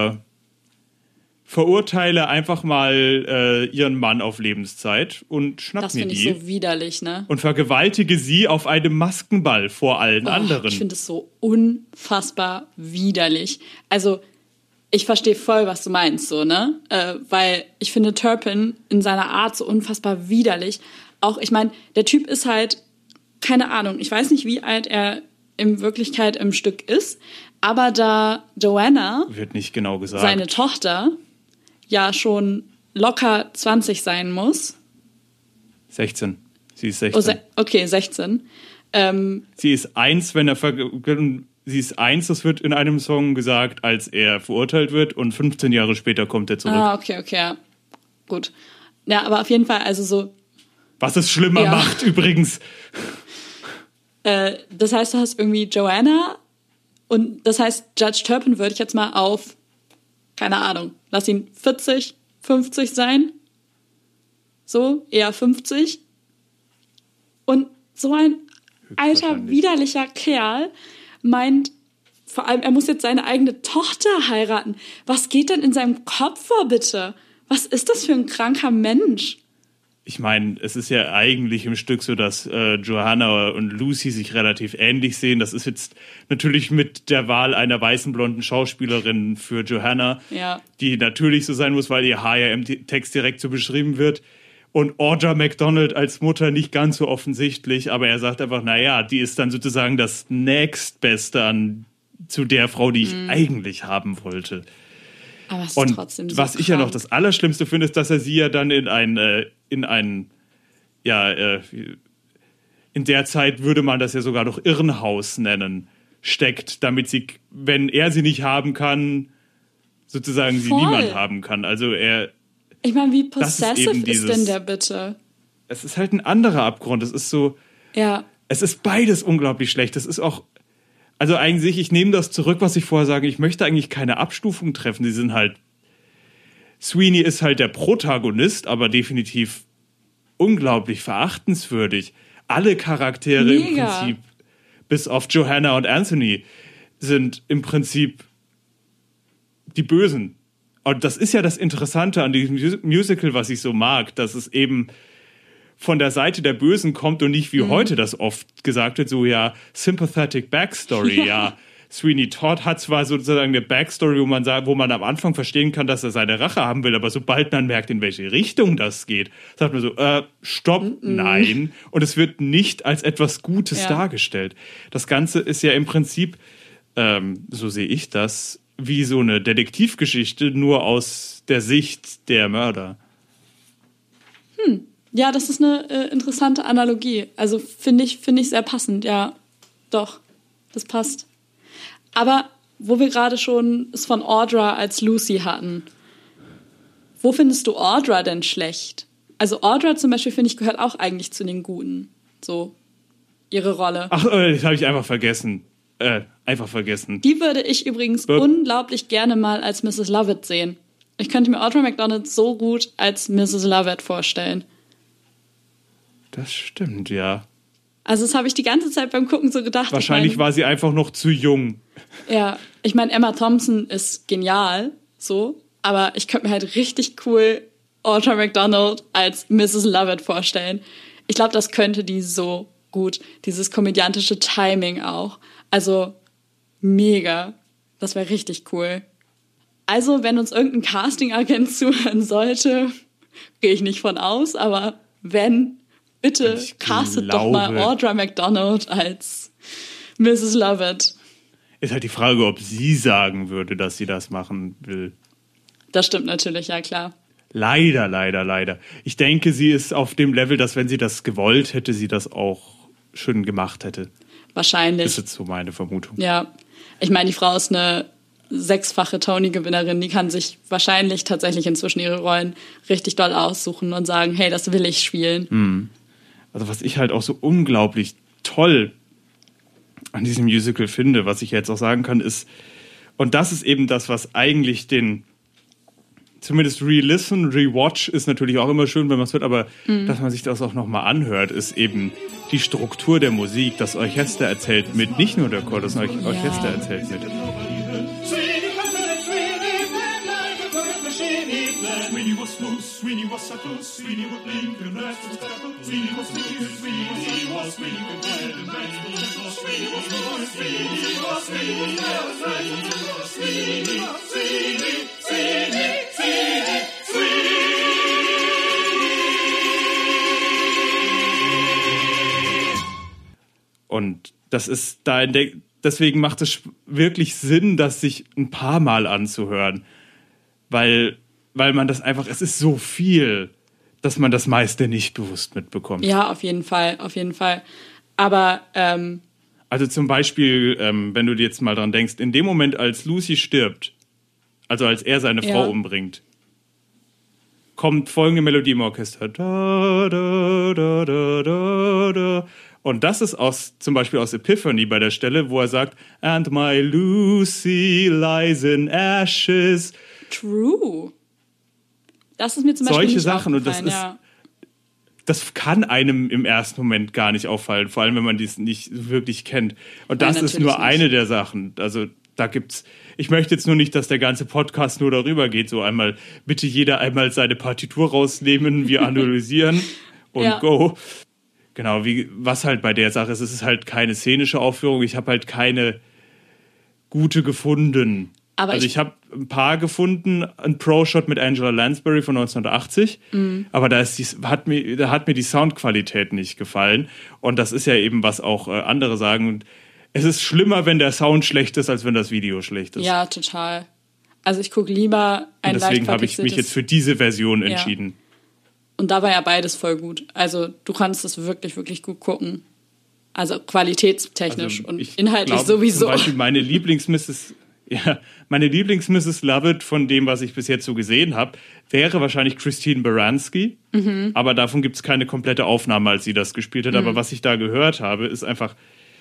[SPEAKER 3] verurteile einfach mal ihren Mann auf Lebenszeit und schnapp mir die. Das
[SPEAKER 4] finde ich so widerlich, ne?
[SPEAKER 3] Und vergewaltige sie auf einem Maskenball vor allen anderen.
[SPEAKER 4] Ich finde es so unfassbar widerlich. Also, ich verstehe voll, was du meinst, so, ne? Weil ich finde Turpin in seiner Art so unfassbar widerlich. Auch, ich meine, der Typ ist halt, keine Ahnung, ich weiß nicht, wie alt er in Wirklichkeit im Stück ist, aber da Joanna,
[SPEAKER 3] wird nicht genau gesagt,
[SPEAKER 4] seine Tochter, ja schon locker 20 sein muss.
[SPEAKER 3] 16. Sie ist 16.
[SPEAKER 4] Okay, 16.
[SPEAKER 3] Sie ist 1, sie ist 1, das wird in einem Song gesagt, als er verurteilt wird, und 15 Jahre später kommt er zurück.
[SPEAKER 4] Okay, ja. Gut. Ja, aber auf jeden Fall, also so.
[SPEAKER 3] Was es schlimmer macht, übrigens.
[SPEAKER 4] Das heißt, du hast irgendwie Joanna und das heißt, Judge Turpin würde ich jetzt mal auf, keine Ahnung, lass ihn 40, 50 sein. So, eher 50. Und so ein alter, widerlicher Kerl meint, vor allem, er muss jetzt seine eigene Tochter heiraten. Was geht denn in seinem Kopf vor, bitte? Was ist das für ein kranker Mensch?
[SPEAKER 3] Ich meine, es ist ja eigentlich im Stück so, dass Johanna und Lucy sich relativ ähnlich sehen. Das ist jetzt natürlich mit der Wahl einer weißen, blonden Schauspielerin für Johanna, die natürlich so sein muss, weil ihr Haar ja im Text direkt so beschrieben wird. Und Audra McDonald als Mutter nicht ganz so offensichtlich, aber er sagt einfach, naja, die ist dann sozusagen das Nächstbeste zu der Frau, die ich eigentlich haben wollte.
[SPEAKER 4] Aber es ist trotzdem so
[SPEAKER 3] was ich ja noch das Allerschlimmste finde, ist, dass er sie ja dann in der Zeit würde man das ja sogar noch Irrenhaus nennen, steckt, damit sie, wenn er sie nicht haben kann, sozusagen sie niemand haben kann. Also
[SPEAKER 4] ich meine, wie possessive ist denn der bitte?
[SPEAKER 3] Es ist halt ein anderer Abgrund. Es ist so, es ist beides unglaublich schlecht. Es ist auch, also eigentlich, ich nehme das zurück, was ich vorher sage, ich möchte eigentlich keine Abstufung treffen. Die sind halt, Sweeney ist halt der Protagonist, aber definitiv unglaublich verachtenswürdig. Alle Charaktere im Prinzip, bis auf Johanna und Anthony, sind im Prinzip die Bösen. Und das ist ja das Interessante an diesem Musical, was ich so mag, dass es eben von der Seite der Bösen kommt und nicht wie heute das oft gesagt wird, so sympathetic Backstory, Sweeney Todd hat zwar sozusagen eine Backstory, wo man am Anfang verstehen kann, dass er seine Rache haben will, aber sobald man merkt, in welche Richtung das geht, sagt man so, stopp, nein. Und es wird nicht als etwas Gutes dargestellt. Das Ganze ist ja im Prinzip, so sehe ich das, wie so eine Detektivgeschichte, nur aus der Sicht der Mörder.
[SPEAKER 4] Ja, das ist eine interessante Analogie. Also finde ich sehr passend, ja. Doch, das passt. Aber wo wir gerade schon es von Audra als Lucy hatten, wo findest du Audra denn schlecht? Also Audra zum Beispiel, finde ich, gehört auch eigentlich zu den Guten. So, ihre Rolle.
[SPEAKER 3] Ach, das habe ich einfach vergessen. Die
[SPEAKER 4] würde ich übrigens unglaublich gerne mal als Mrs. Lovett sehen. Ich könnte mir Audra McDonald so gut als Mrs. Lovett vorstellen.
[SPEAKER 3] Das stimmt, ja.
[SPEAKER 4] Also das habe ich die ganze Zeit beim Gucken so gedacht.
[SPEAKER 3] Wahrscheinlich war sie einfach noch zu jung.
[SPEAKER 4] Ja, ich meine, Emma Thompson ist genial, so. Aber ich könnte mir halt richtig cool Audra McDonald als Mrs. Lovett vorstellen. Ich glaube, das könnte die so gut. Dieses komödiantische Timing auch. Also mega. Das wäre richtig cool. Also, wenn uns irgendein Casting-Agent zuhören sollte, gehe ich nicht von aus, aber wenn, bitte castet doch mal Audra McDonald als Mrs. Lovett.
[SPEAKER 3] Ist halt die Frage, ob sie sagen würde, dass sie das machen will.
[SPEAKER 4] Das stimmt natürlich, ja klar.
[SPEAKER 3] Leider. Ich denke, sie ist auf dem Level, dass wenn sie das gewollt hätte, sie das auch schön gemacht hätte.
[SPEAKER 4] Wahrscheinlich.
[SPEAKER 3] Das ist jetzt so meine Vermutung.
[SPEAKER 4] Ja, ich meine, die Frau ist eine 6-fache Tony-Gewinnerin. Die kann sich wahrscheinlich tatsächlich inzwischen ihre Rollen richtig doll aussuchen und sagen, hey, das will ich spielen.
[SPEAKER 3] Also was ich halt auch so unglaublich toll an diesem Musical finde, was ich jetzt auch sagen kann, ist, und das ist eben das, was eigentlich zumindest Re-Listen, Re-Watch ist natürlich auch immer schön, wenn man es hört, aber dass man sich das auch nochmal anhört, ist eben die Struktur der Musik. Das Orchester erzählt mit, nicht nur der Chor, das Orchester erzählt mit.
[SPEAKER 1] Sweeney was supple, Sweeney would blink and rest was pepper. Sweeney was wicked, Sweeney was Sweeney could hide and rest. Sweeney was good, Sweeney was Sweeney was never right. Sweeney, Sweeney, Sweeney, Sweeney, Sweeney.
[SPEAKER 3] Und das ist da deswegen macht es wirklich Sinn, das sich ein paar Mal anzuhören. Weil man das einfach, es ist so viel, dass man das meiste nicht bewusst mitbekommt.
[SPEAKER 4] Ja, auf jeden Fall. Aber
[SPEAKER 3] also zum Beispiel, wenn du dir jetzt mal dran denkst, in dem Moment, als Lucy stirbt, also als er seine Frau umbringt, kommt folgende Melodie im Orchester. Da, da, da, da, da, da. Und das ist zum Beispiel aus Epiphany bei der Stelle, wo er sagt, and my Lucy lies in ashes.
[SPEAKER 4] True. Das ist mir zum Beispiel
[SPEAKER 3] solche
[SPEAKER 4] nicht
[SPEAKER 3] Sachen. Und das kann einem im ersten Moment gar nicht auffallen, vor allem wenn man dies nicht wirklich kennt. Und das ist nur eine der Sachen. Also da gibt's. Ich möchte jetzt nur nicht, dass der ganze Podcast nur darüber geht. So einmal, bitte jeder einmal seine Partitur rausnehmen, wir analysieren und go. Genau, was halt bei der Sache ist, es ist halt keine szenische Aufführung. Ich habe halt keine gute gefunden.
[SPEAKER 4] Aber
[SPEAKER 3] also ich habe ein paar gefunden, ein Pro-Shot mit Angela Lansbury von 1980, aber da hat mir die Soundqualität nicht gefallen. Und das ist ja eben, was auch andere sagen. Und es ist schlimmer, wenn der Sound schlecht ist, als wenn das Video schlecht ist.
[SPEAKER 4] Ja, total. Also ich gucke lieber ein leicht
[SPEAKER 3] deswegen habe ich mich jetzt für diese Version entschieden.
[SPEAKER 4] Und da war ja beides voll gut. Also du kannst es wirklich, wirklich gut gucken. Also qualitätstechnisch und inhaltlich sowieso.
[SPEAKER 3] Zum Beispiel meine Lieblings-Mrs. Lovett von dem, was ich bis jetzt so gesehen habe, wäre wahrscheinlich Christine Baranski. Aber davon gibt es keine komplette Aufnahme, als sie das gespielt hat. Aber was ich da gehört habe, ist einfach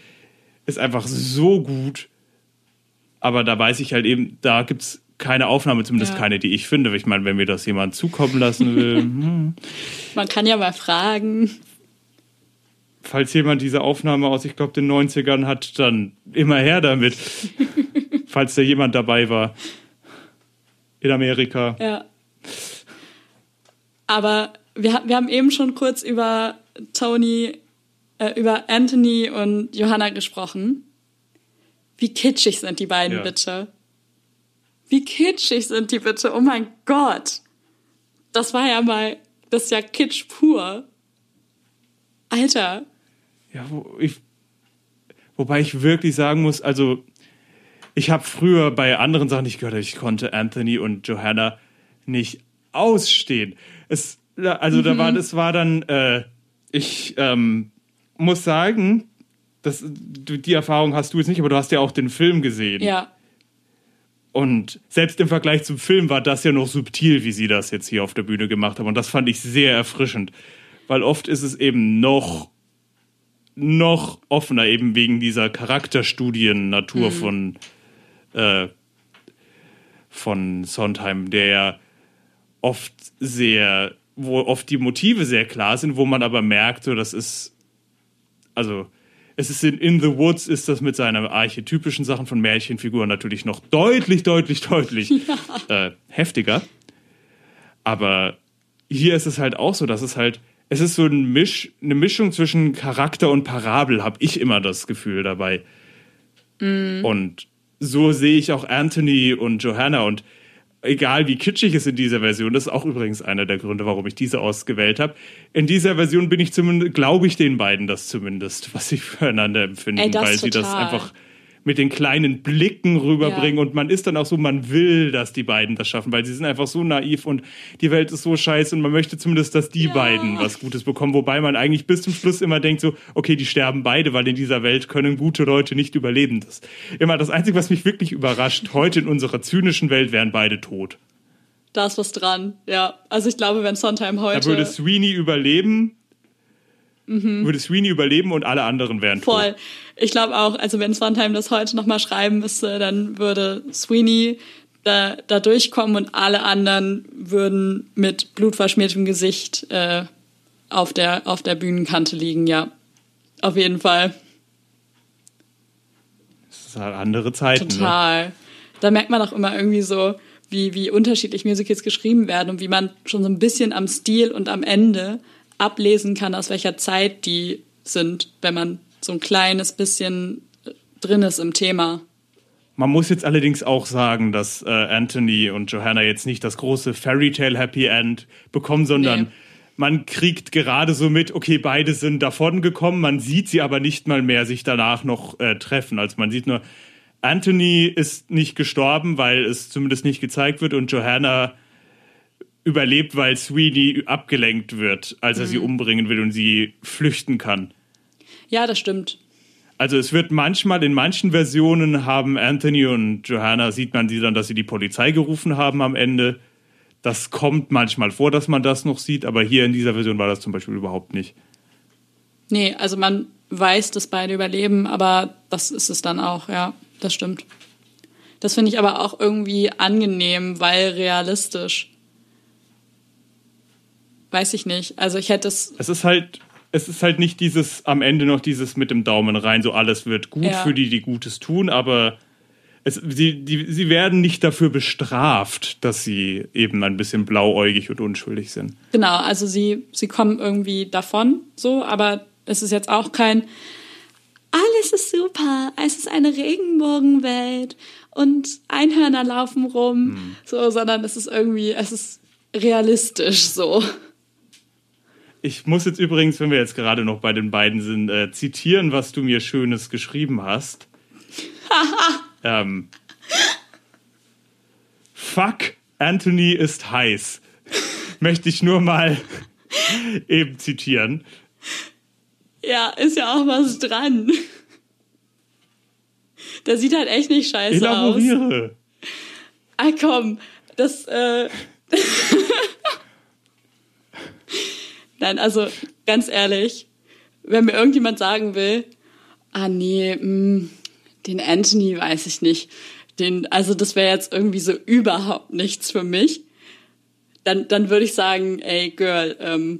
[SPEAKER 3] so gut. Aber da weiß ich halt eben, da gibt es keine Aufnahme, zumindest keine, die ich finde. Ich meine, wenn mir das jemand zukommen lassen will.
[SPEAKER 4] Man kann ja mal fragen.
[SPEAKER 3] Falls jemand diese Aufnahme aus, ich glaube, den 90ern hat, dann immer her damit. Falls da jemand dabei war. In Amerika.
[SPEAKER 4] Ja. Aber wir haben eben schon kurz über über Anthony und Johanna gesprochen. Wie kitschig sind die beiden bitte? Wie kitschig sind die bitte? Oh mein Gott. Das ist ja Kitsch pur. Alter.
[SPEAKER 3] Ja, wobei ich wirklich sagen muss, also ich habe früher bei anderen Sachen nicht gehört, ich konnte Anthony und Johanna nicht ausstehen. Das war dann, ich muss sagen, die Erfahrung hast du jetzt nicht, aber du hast ja auch den Film gesehen.
[SPEAKER 4] Ja.
[SPEAKER 3] Und selbst im Vergleich zum Film war das ja noch subtil, wie sie das jetzt hier auf der Bühne gemacht haben. Und das fand ich sehr erfrischend. Weil oft ist es eben noch offener, eben wegen dieser Charakterstudien-Natur von Sondheim, der ja wo oft die Motive sehr klar sind, wo man aber merkt, so, das ist, also es ist in The Woods ist das mit seinen archetypischen Sachen von Märchenfiguren natürlich noch deutlich heftiger. Aber hier ist es halt auch so, dass es ist so eine Mischung zwischen Charakter und Parabel, habe ich immer das Gefühl dabei. Und so sehe ich auch Anthony und Johanna und egal wie kitschig es in dieser Version, das ist auch übrigens einer der Gründe, warum ich diese ausgewählt habe. In dieser Version bin ich glaube ich den beiden das zumindest, was sie füreinander empfinden, weil sie das einfach mit den kleinen Blicken rüberbringen und man ist dann auch so, man will, dass die beiden das schaffen, weil sie sind einfach so naiv und die Welt ist so scheiße und man möchte zumindest, dass die beiden was Gutes bekommen, wobei man eigentlich bis zum Schluss immer denkt so, okay, die sterben beide, weil in dieser Welt können gute Leute nicht überleben. Das immer das Einzige, was mich wirklich überrascht, heute in unserer zynischen Welt wären beide tot.
[SPEAKER 4] Da ist was dran, ja. Also ich glaube, wenn Sondheim heute...
[SPEAKER 3] Da würde Sweeney überleben... würde Sweeney überleben und alle anderen wären tot.
[SPEAKER 4] Voll. Ich glaube auch, also wenn Sondheim das heute nochmal schreiben müsste, dann würde Sweeney da durchkommen und alle anderen würden mit blutverschmiertem Gesicht auf der Bühnenkante liegen, ja. Auf jeden Fall.
[SPEAKER 3] Das ist halt andere Zeiten.
[SPEAKER 4] Total.
[SPEAKER 3] Ne?
[SPEAKER 4] Da merkt man auch immer irgendwie so, wie unterschiedlich Musicals geschrieben werden und wie man schon so ein bisschen am Stil und am Ende ablesen kann, aus welcher Zeit die sind, wenn man so ein kleines bisschen drin ist im Thema.
[SPEAKER 3] Man muss jetzt allerdings auch sagen, dass Anthony und Johanna jetzt nicht das große Fairytale Happy End bekommen, sondern man kriegt gerade so mit, okay, beide sind davon gekommen, man sieht sie aber nicht mal mehr sich danach noch treffen. Also man sieht nur, Anthony ist nicht gestorben, weil es zumindest nicht gezeigt wird, und Johanna überlebt, weil Sweeney abgelenkt wird, als er sie umbringen will und sie flüchten kann.
[SPEAKER 4] Ja, das stimmt.
[SPEAKER 3] Also es wird manchmal, in manchen Versionen haben Anthony und Johanna, sieht man sie dann, dass sie die Polizei gerufen haben am Ende. Das kommt manchmal vor, dass man das noch sieht, aber hier in dieser Version war das zum Beispiel überhaupt nicht.
[SPEAKER 4] Nee, also man weiß, dass beide überleben, aber das ist es dann auch, ja, das stimmt. Das finde ich aber auch irgendwie angenehm, weil realistisch. Weiß ich nicht. Also ich hätte es...
[SPEAKER 3] Es ist halt nicht dieses, am Ende noch dieses mit dem Daumen rein, so alles wird gut für die Gutes tun, aber sie werden nicht dafür bestraft, dass sie eben ein bisschen blauäugig und unschuldig sind.
[SPEAKER 4] Genau, also sie kommen irgendwie davon, so, aber es ist jetzt auch kein alles ist super, es ist eine Regenbogenwelt und Einhörner laufen rum, so, sondern es ist realistisch so.
[SPEAKER 3] Ich muss jetzt übrigens, wenn wir jetzt gerade noch bei den beiden sind, zitieren, was du mir Schönes geschrieben hast. Fuck, Anthony ist heiß. Möchte ich nur mal eben zitieren.
[SPEAKER 4] Ja, ist ja auch was dran. Der sieht halt echt nicht scheiße
[SPEAKER 3] Elaboriere.
[SPEAKER 4] aus. Ah, komm, das... Nein, also ganz ehrlich, wenn mir irgendjemand sagen will, den Anthony weiß ich nicht, also das wäre jetzt irgendwie so überhaupt nichts für mich, dann würde ich sagen, ey Girl,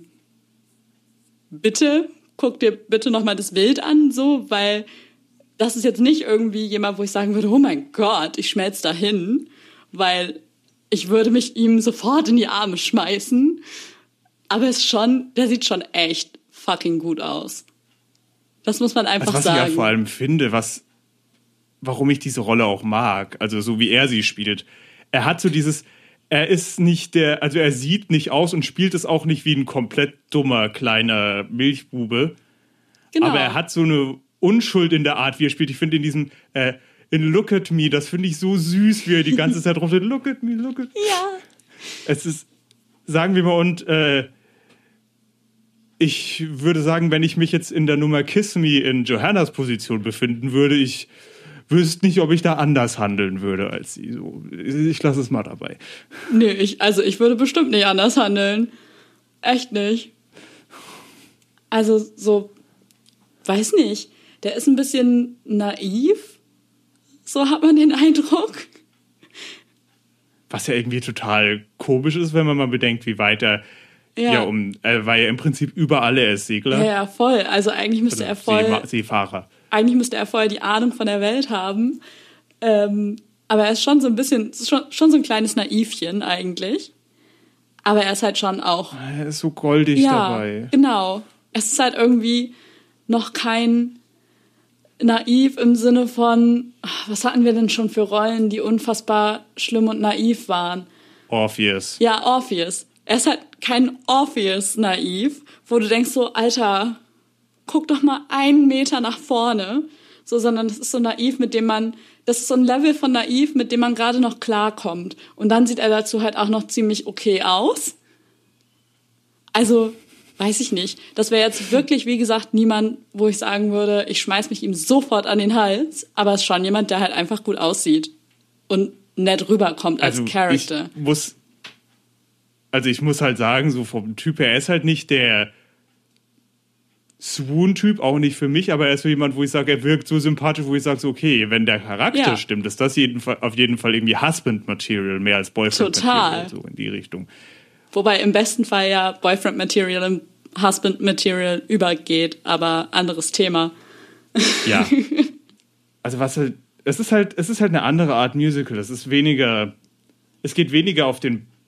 [SPEAKER 4] bitte guck dir bitte nochmal das Bild an, so, weil das ist jetzt nicht irgendwie jemand, wo ich sagen würde, oh mein Gott, ich schmelze dahin, weil ich würde mich ihm sofort in die Arme schmeißen. Aber der sieht schon echt fucking gut aus. Das muss man einfach sagen.
[SPEAKER 3] Was ich ja vor allem finde, warum ich diese Rolle auch mag, also so wie er sie spielt. Er hat so er ist nicht also er sieht nicht aus und spielt es auch nicht wie ein komplett dummer kleiner Milchbube. Genau. Aber er hat so eine Unschuld in der Art, wie er spielt. Ich finde in diesem in Look at Me, das finde ich so süß, wie er die ganze Zeit rumsteht. Look at me, look at me.
[SPEAKER 4] Ja.
[SPEAKER 3] Es ist, sagen wir mal, und ich würde sagen, wenn ich mich jetzt in der Nummer Kiss Me in Johannas Position befinden würde, ich wüsste nicht, ob ich da anders handeln würde als sie. So, ich lasse es mal dabei.
[SPEAKER 4] Nee, ich würde bestimmt nicht anders handeln. Echt nicht. Also so, weiß nicht. Der ist ein bisschen naiv. So hat man den Eindruck.
[SPEAKER 3] Was ja irgendwie total komisch ist, wenn man mal bedenkt, wie weit er war ja im Prinzip überall, er ist Segler.
[SPEAKER 4] Ja, voll. Also eigentlich müsste er voll...
[SPEAKER 3] Seefahrer.
[SPEAKER 4] Eigentlich müsste er voll die Ahnung von der Welt haben. Aber er ist schon so ein bisschen, schon so ein kleines Naivchen eigentlich. Aber er ist halt schon auch...
[SPEAKER 3] Er ist so goldig dabei.
[SPEAKER 4] Ja, genau. Es ist halt irgendwie noch kein naiv im Sinne von, was hatten wir denn schon für Rollen, die unfassbar schlimm und naiv waren?
[SPEAKER 3] Orpheus.
[SPEAKER 4] Ja, Orpheus. Er ist halt kein Orpheus naiv, wo du denkst so, Alter, guck doch mal 1 Meter nach vorne. So, sondern das ist so naiv, das ist so ein Level von naiv, mit dem man gerade noch klarkommt. Und dann sieht er dazu halt auch noch ziemlich okay aus. Also, weiß ich nicht. Das wäre jetzt wirklich, wie gesagt, niemand, wo ich sagen würde, ich schmeiß mich ihm sofort an den Hals. Aber es ist schon jemand, der halt einfach gut aussieht und nett rüberkommt als Charakter.
[SPEAKER 3] Ich muss halt sagen, so vom Typ her, er ist halt nicht der Swoon-Typ, auch nicht für mich, aber er ist so jemand, wo ich sage, er wirkt so sympathisch, wo ich sage, so, okay, wenn der Charakter stimmt, ist das auf jeden Fall irgendwie Husband-Material mehr als Boyfriend-Material. So in die Richtung. Wobei im besten Fall ja Boyfriend-Material in Husband-Material übergeht, aber anderes Thema. Ja. Also es ist halt eine andere Art Musical. Es ist weniger es geht weniger auf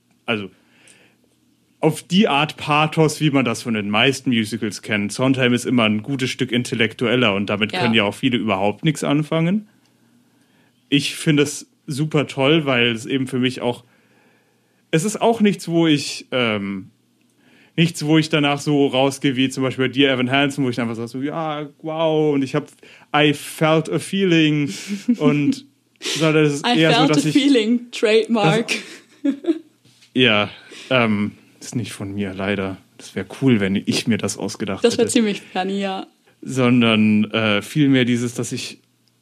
[SPEAKER 3] die Art Pathos, wie man das von den meisten Musicals kennt. Sondheim ist immer ein gutes Stück intellektueller und damit können ja auch viele überhaupt nichts anfangen. Ich finde es super toll, weil es eben für mich auch, es ist auch nichts, wo ich danach so rausgehe, wie zum Beispiel bei Dear Evan Hansen, wo ich einfach sage, so, ja, wow, und I felt a feeling und sondern das ist eher so, dass ich... I felt a feeling,
[SPEAKER 4] Trademark.
[SPEAKER 3] Ja, ist nicht von mir, leider. Das wäre cool, wenn ich mir das ausgedacht hätte.
[SPEAKER 4] Das wäre ziemlich funny, ja.
[SPEAKER 3] Sondern vielmehr dieses, dass ich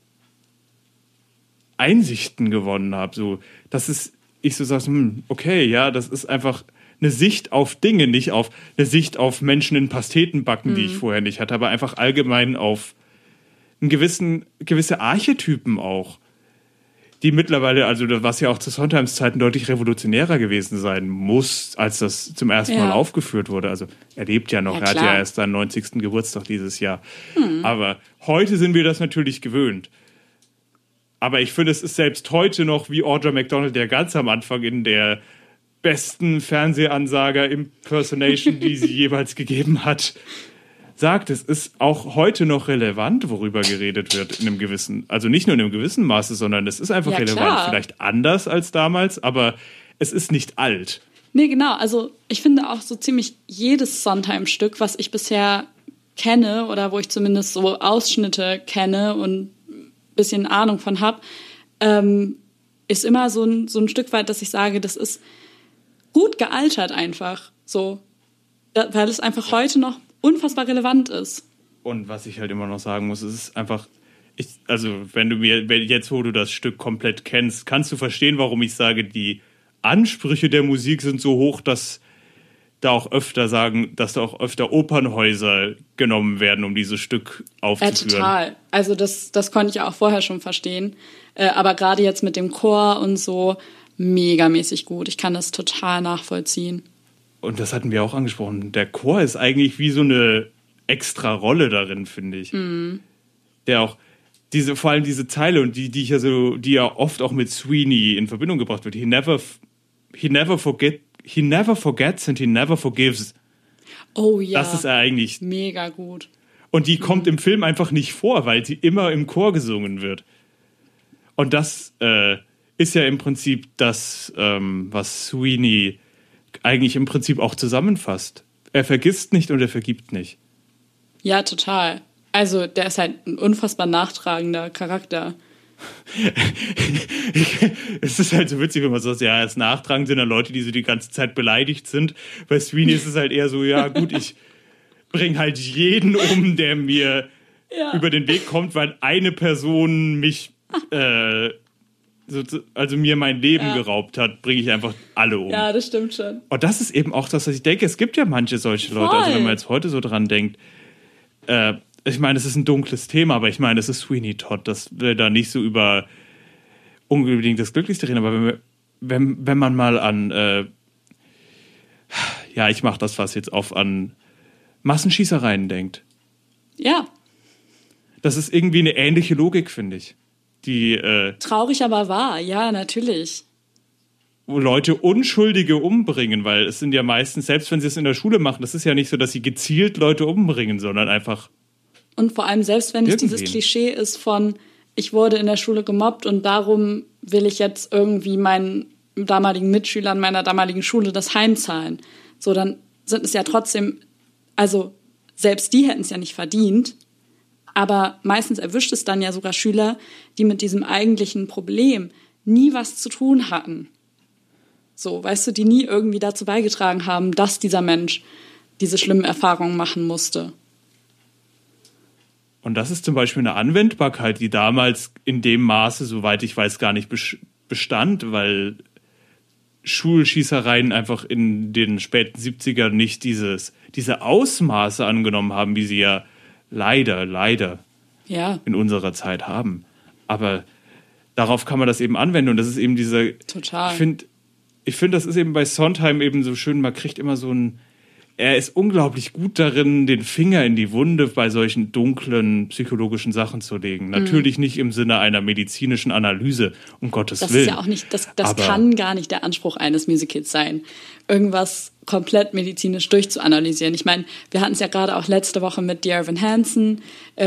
[SPEAKER 3] Einsichten gewonnen habe. So, ich so sage, okay, ja, das ist einfach eine Sicht auf Dinge, nicht auf eine Sicht auf Menschen in Pastetenbacken, die ich vorher nicht hatte, aber einfach allgemein auf gewisse Archetypen auch, die mittlerweile, also was ja auch zu Sondheims Zeiten deutlich revolutionärer gewesen sein muss, als das zum ersten Mal aufgeführt wurde. Also er lebt ja noch, er hat ja erst seinen 90. Geburtstag dieses Jahr. Aber heute sind wir das natürlich gewöhnt. Aber ich finde, es ist selbst heute noch wie Audra McDonald, der ganz am Anfang in der besten Fernsehansager-Impersonation, die sie jeweils gegeben hat, sagt, es ist auch heute noch relevant, worüber geredet wird in einem gewissen, also nicht nur in einem gewissen Maße, sondern es ist einfach relevant. Klar. Vielleicht anders als damals, aber es ist nicht alt.
[SPEAKER 4] Nee, genau. Also ich finde auch so ziemlich jedes Sondheim-Stück, was ich bisher kenne oder wo ich zumindest so Ausschnitte kenne und ein bisschen Ahnung von habe, ist immer so ein Stück weit, dass ich sage, das ist gut gealtert einfach, so, weil es einfach heute noch unfassbar relevant ist.
[SPEAKER 3] Und was ich halt immer noch sagen muss, es ist einfach, jetzt, wo du das Stück komplett kennst, kannst du verstehen, warum ich sage, die Ansprüche der Musik sind so hoch, dass da auch öfter Opernhäuser genommen werden, um dieses Stück aufzuführen.
[SPEAKER 4] Total. Also das konnte ich auch vorher schon verstehen. Aber gerade jetzt mit dem Chor und so, megamäßig gut. Ich kann das total nachvollziehen.
[SPEAKER 3] Und das hatten wir auch angesprochen. Der Chor ist eigentlich wie so eine extra Rolle darin, finde ich. Der auch vor allem diese Zeile und die ja oft auch mit Sweeney in Verbindung gebracht wird. He never forgets and he never forgives.
[SPEAKER 4] Oh ja.
[SPEAKER 3] Das ist eigentlich
[SPEAKER 4] mega gut.
[SPEAKER 3] Und die kommt im Film einfach nicht vor, weil sie immer im Chor gesungen wird. Und das ist ja im Prinzip das, was Sweeney eigentlich im Prinzip auch zusammenfasst. Er vergisst nicht und er vergibt nicht.
[SPEAKER 4] Ja, total. Also der ist halt ein unfassbar nachtragender Charakter.
[SPEAKER 3] Es ist halt so witzig, wenn man sagt, ja, er ist nachtragend, sind dann Leute, die so die ganze Zeit beleidigt sind. Bei Sweeney ist es halt eher so, ja gut, ich bringe halt jeden um, der mir über den Weg kommt, weil eine Person mich mir mein Leben geraubt hat, bringe ich einfach alle um.
[SPEAKER 4] Ja, das stimmt schon.
[SPEAKER 3] Und das ist eben auch das, was ich denke, es gibt ja manche solche Leute, also wenn man jetzt heute so dran denkt, ich meine, es ist ein dunkles Thema, aber ich meine, es ist Sweeney Todd, dass wir da nicht so über unbedingt das Glücklichste reden, aber wenn man mal an ich mache das fast jetzt an Massenschießereien denkt.
[SPEAKER 4] Ja.
[SPEAKER 3] Das ist irgendwie eine ähnliche Logik, finde ich. Die
[SPEAKER 4] traurig, aber wahr, ja, natürlich.
[SPEAKER 3] Wo Leute Unschuldige umbringen, weil es sind ja meistens, selbst wenn sie es in der Schule machen, das ist ja nicht so, dass sie gezielt Leute umbringen, sondern einfach.
[SPEAKER 4] Und vor allem, selbst wenn es dieses Klischee ist von, ich wurde in der Schule gemobbt und darum will ich jetzt irgendwie meinen damaligen Mitschülern meiner damaligen Schule das heimzahlen. So, dann sind es ja trotzdem, also selbst die hätten es ja nicht verdient. Aber meistens erwischt es dann ja sogar Schüler, die mit diesem eigentlichen Problem nie was zu tun hatten. So, weißt du, die nie irgendwie dazu beigetragen haben, dass dieser Mensch diese schlimmen Erfahrungen machen musste.
[SPEAKER 3] Und das ist zum Beispiel eine Anwendbarkeit, die damals in dem Maße, soweit ich weiß, gar nicht bestand, weil Schulschießereien einfach in den späten 70ern nicht diese Ausmaße angenommen haben, wie sie ja leider in unserer Zeit haben. Aber darauf kann man das eben anwenden und das ist eben dieser...
[SPEAKER 4] Total.
[SPEAKER 3] Ich finde, das ist eben bei Sondheim eben so schön, man kriegt immer so ein er ist unglaublich gut darin, den Finger in die Wunde bei solchen dunklen psychologischen Sachen zu legen. Natürlich nicht im Sinne einer medizinischen Analyse, um Gottes Willen.
[SPEAKER 4] Das ist ja auch nicht, das kann gar nicht der Anspruch eines Musicals sein, irgendwas komplett medizinisch durchzuanalysieren. Ich meine, wir hatten es ja gerade auch letzte Woche mit Dear Evan Hansen,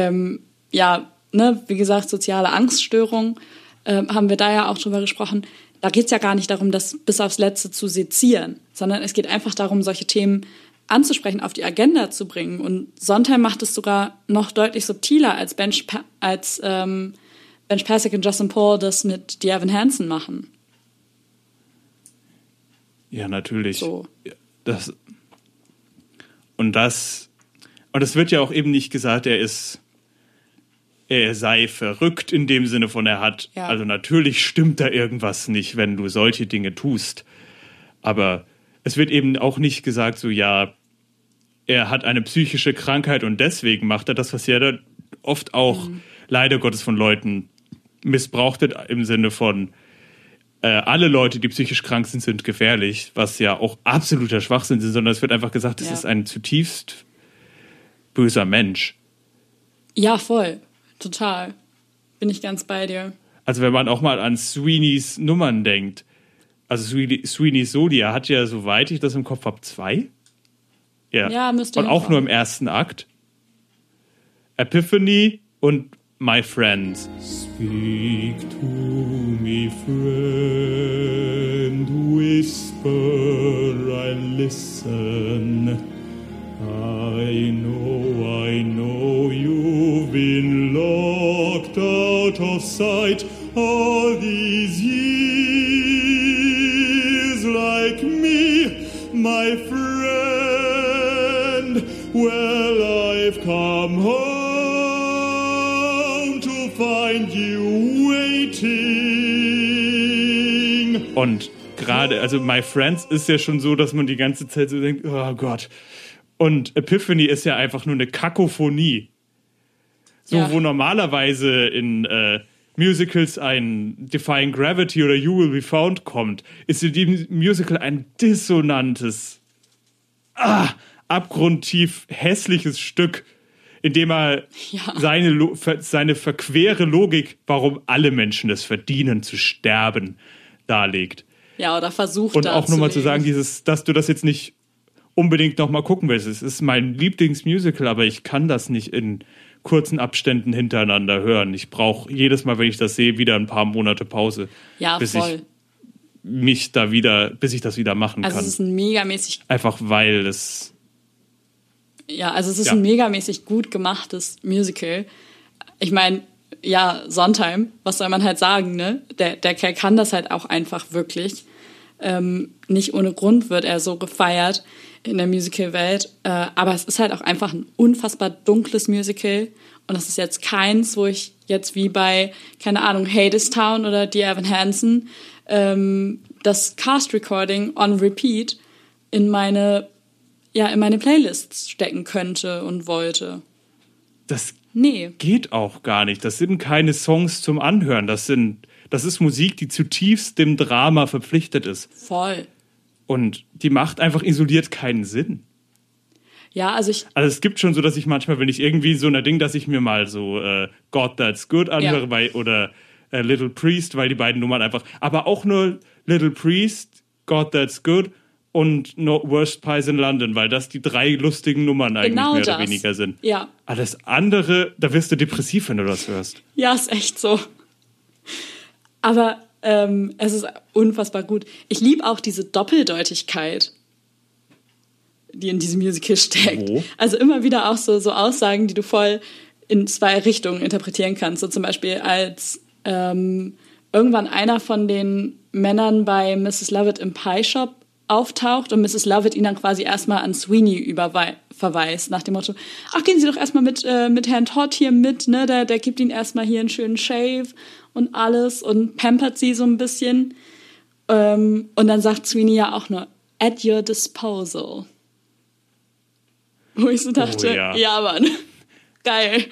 [SPEAKER 4] wie gesagt, soziale Angststörung, haben wir da ja auch drüber gesprochen. Da geht es ja gar nicht darum, das bis aufs Letzte zu sezieren, sondern es geht einfach darum, solche Themen anzusprechen, auf die Agenda zu bringen. Und Sondheim macht es sogar noch deutlich subtiler, als Benj Pasek und Justin Paul das mit Dear Evan Hansen machen.
[SPEAKER 3] Ja, natürlich.
[SPEAKER 4] So.
[SPEAKER 3] Und es wird ja auch eben nicht gesagt, er sei verrückt in dem Sinne von also natürlich stimmt da irgendwas nicht, wenn du solche Dinge tust. Aber es wird eben auch nicht gesagt, so ja, er hat eine psychische Krankheit und deswegen macht er das, was ja dann oft auch leider Gottes von Leuten missbraucht wird, im Sinne von alle Leute, die psychisch krank sind, sind gefährlich, was ja auch absoluter Schwachsinn ist, sondern es wird einfach gesagt, es ist ein zutiefst böser Mensch. Ja,
[SPEAKER 4] voll. Total. Bin ich ganz bei dir.
[SPEAKER 3] Also wenn man auch mal an Sweeneys Nummern denkt, also Sweeney's Zodia hat ja, soweit ich das im Kopf habe, 2. Ja, müsste. Und auch nur im ersten Akt. Epiphany und My Friends.
[SPEAKER 1] Speak to me, friend, whisper, I listen. I know you've been locked out of sight all these years, like me, my friend. Well, I've come home to find you waiting.
[SPEAKER 3] Und gerade, also My Friends ist ja schon so, dass man die ganze Zeit so denkt, oh Gott. Und Epiphany ist ja einfach nur eine Kakophonie. Wo normalerweise in Musicals ein Defying Gravity oder You Will Be Found kommt, ist in diesem Musical ein dissonantes, abgrundtief hässliches Stück, in dem er seine verquere Logik, warum alle Menschen es verdienen, zu sterben, darlegt.
[SPEAKER 4] Ja, oder versucht
[SPEAKER 3] und auch nochmal zu sagen, dass du das jetzt nicht unbedingt noch mal gucken willst. Es ist mein Lieblingsmusical, aber ich kann das nicht in kurzen Abständen hintereinander hören. Ich brauche jedes Mal, wenn ich das sehe, wieder ein paar Monate Pause, bis ich das wieder machen kann.
[SPEAKER 4] Also es ist ein megamäßig...
[SPEAKER 3] Einfach weil es...
[SPEAKER 4] Ja, also es ist ein megamäßig gut gemachtes Musical. Ich meine, Sondheim, was soll man halt sagen, ne? Der Kerl kann das halt auch einfach wirklich. Nicht ohne Grund wird er so gefeiert in der Musical-Welt. Aber es ist halt auch einfach ein unfassbar dunkles Musical. Und das ist jetzt keins, wo ich jetzt wie bei, keine Ahnung, Hadestown oder Dear Evan Hansen das Cast-Recording on Repeat in meine Playlists stecken könnte und wollte.
[SPEAKER 3] Das geht auch gar nicht. Das sind keine Songs zum Anhören. Das ist Musik, die zutiefst dem Drama verpflichtet ist.
[SPEAKER 4] Voll.
[SPEAKER 3] Und die macht einfach isoliert keinen Sinn.
[SPEAKER 4] Ja, also
[SPEAKER 3] es gibt schon so, dass ich manchmal, wenn ich irgendwie so ein Ding, dass ich mir mal so God That's Good anhöre oder Little Priest, weil die beiden Nummern einfach, aber auch nur Little Priest, God That's Good und No Worst Pies in London, weil das die 3 lustigen Nummern eigentlich mehr oder weniger sind.
[SPEAKER 4] Ja.
[SPEAKER 3] Alles andere, da wirst du depressiv, wenn du das hörst.
[SPEAKER 4] Ja, ist echt so. Aber es ist unfassbar gut. Ich liebe auch diese Doppeldeutigkeit, die in diesem Musical steckt.
[SPEAKER 3] Oh.
[SPEAKER 4] Also immer wieder auch so Aussagen, die du voll in 2 Richtungen interpretieren kannst. So zum Beispiel als irgendwann einer von den Männern bei Mrs. Lovett im Pie Shop auftaucht und Mrs. Lovett ihn dann quasi erstmal an Sweeney verweist, nach dem Motto, ach, gehen Sie doch erstmal mit Herrn Todd hier mit, ne? Der gibt Ihnen erstmal hier einen schönen Shave und alles und pampert sie so ein bisschen. Und dann sagt Sweeney ja auch nur, at your disposal. Wo ich so dachte, ja Mann, geil.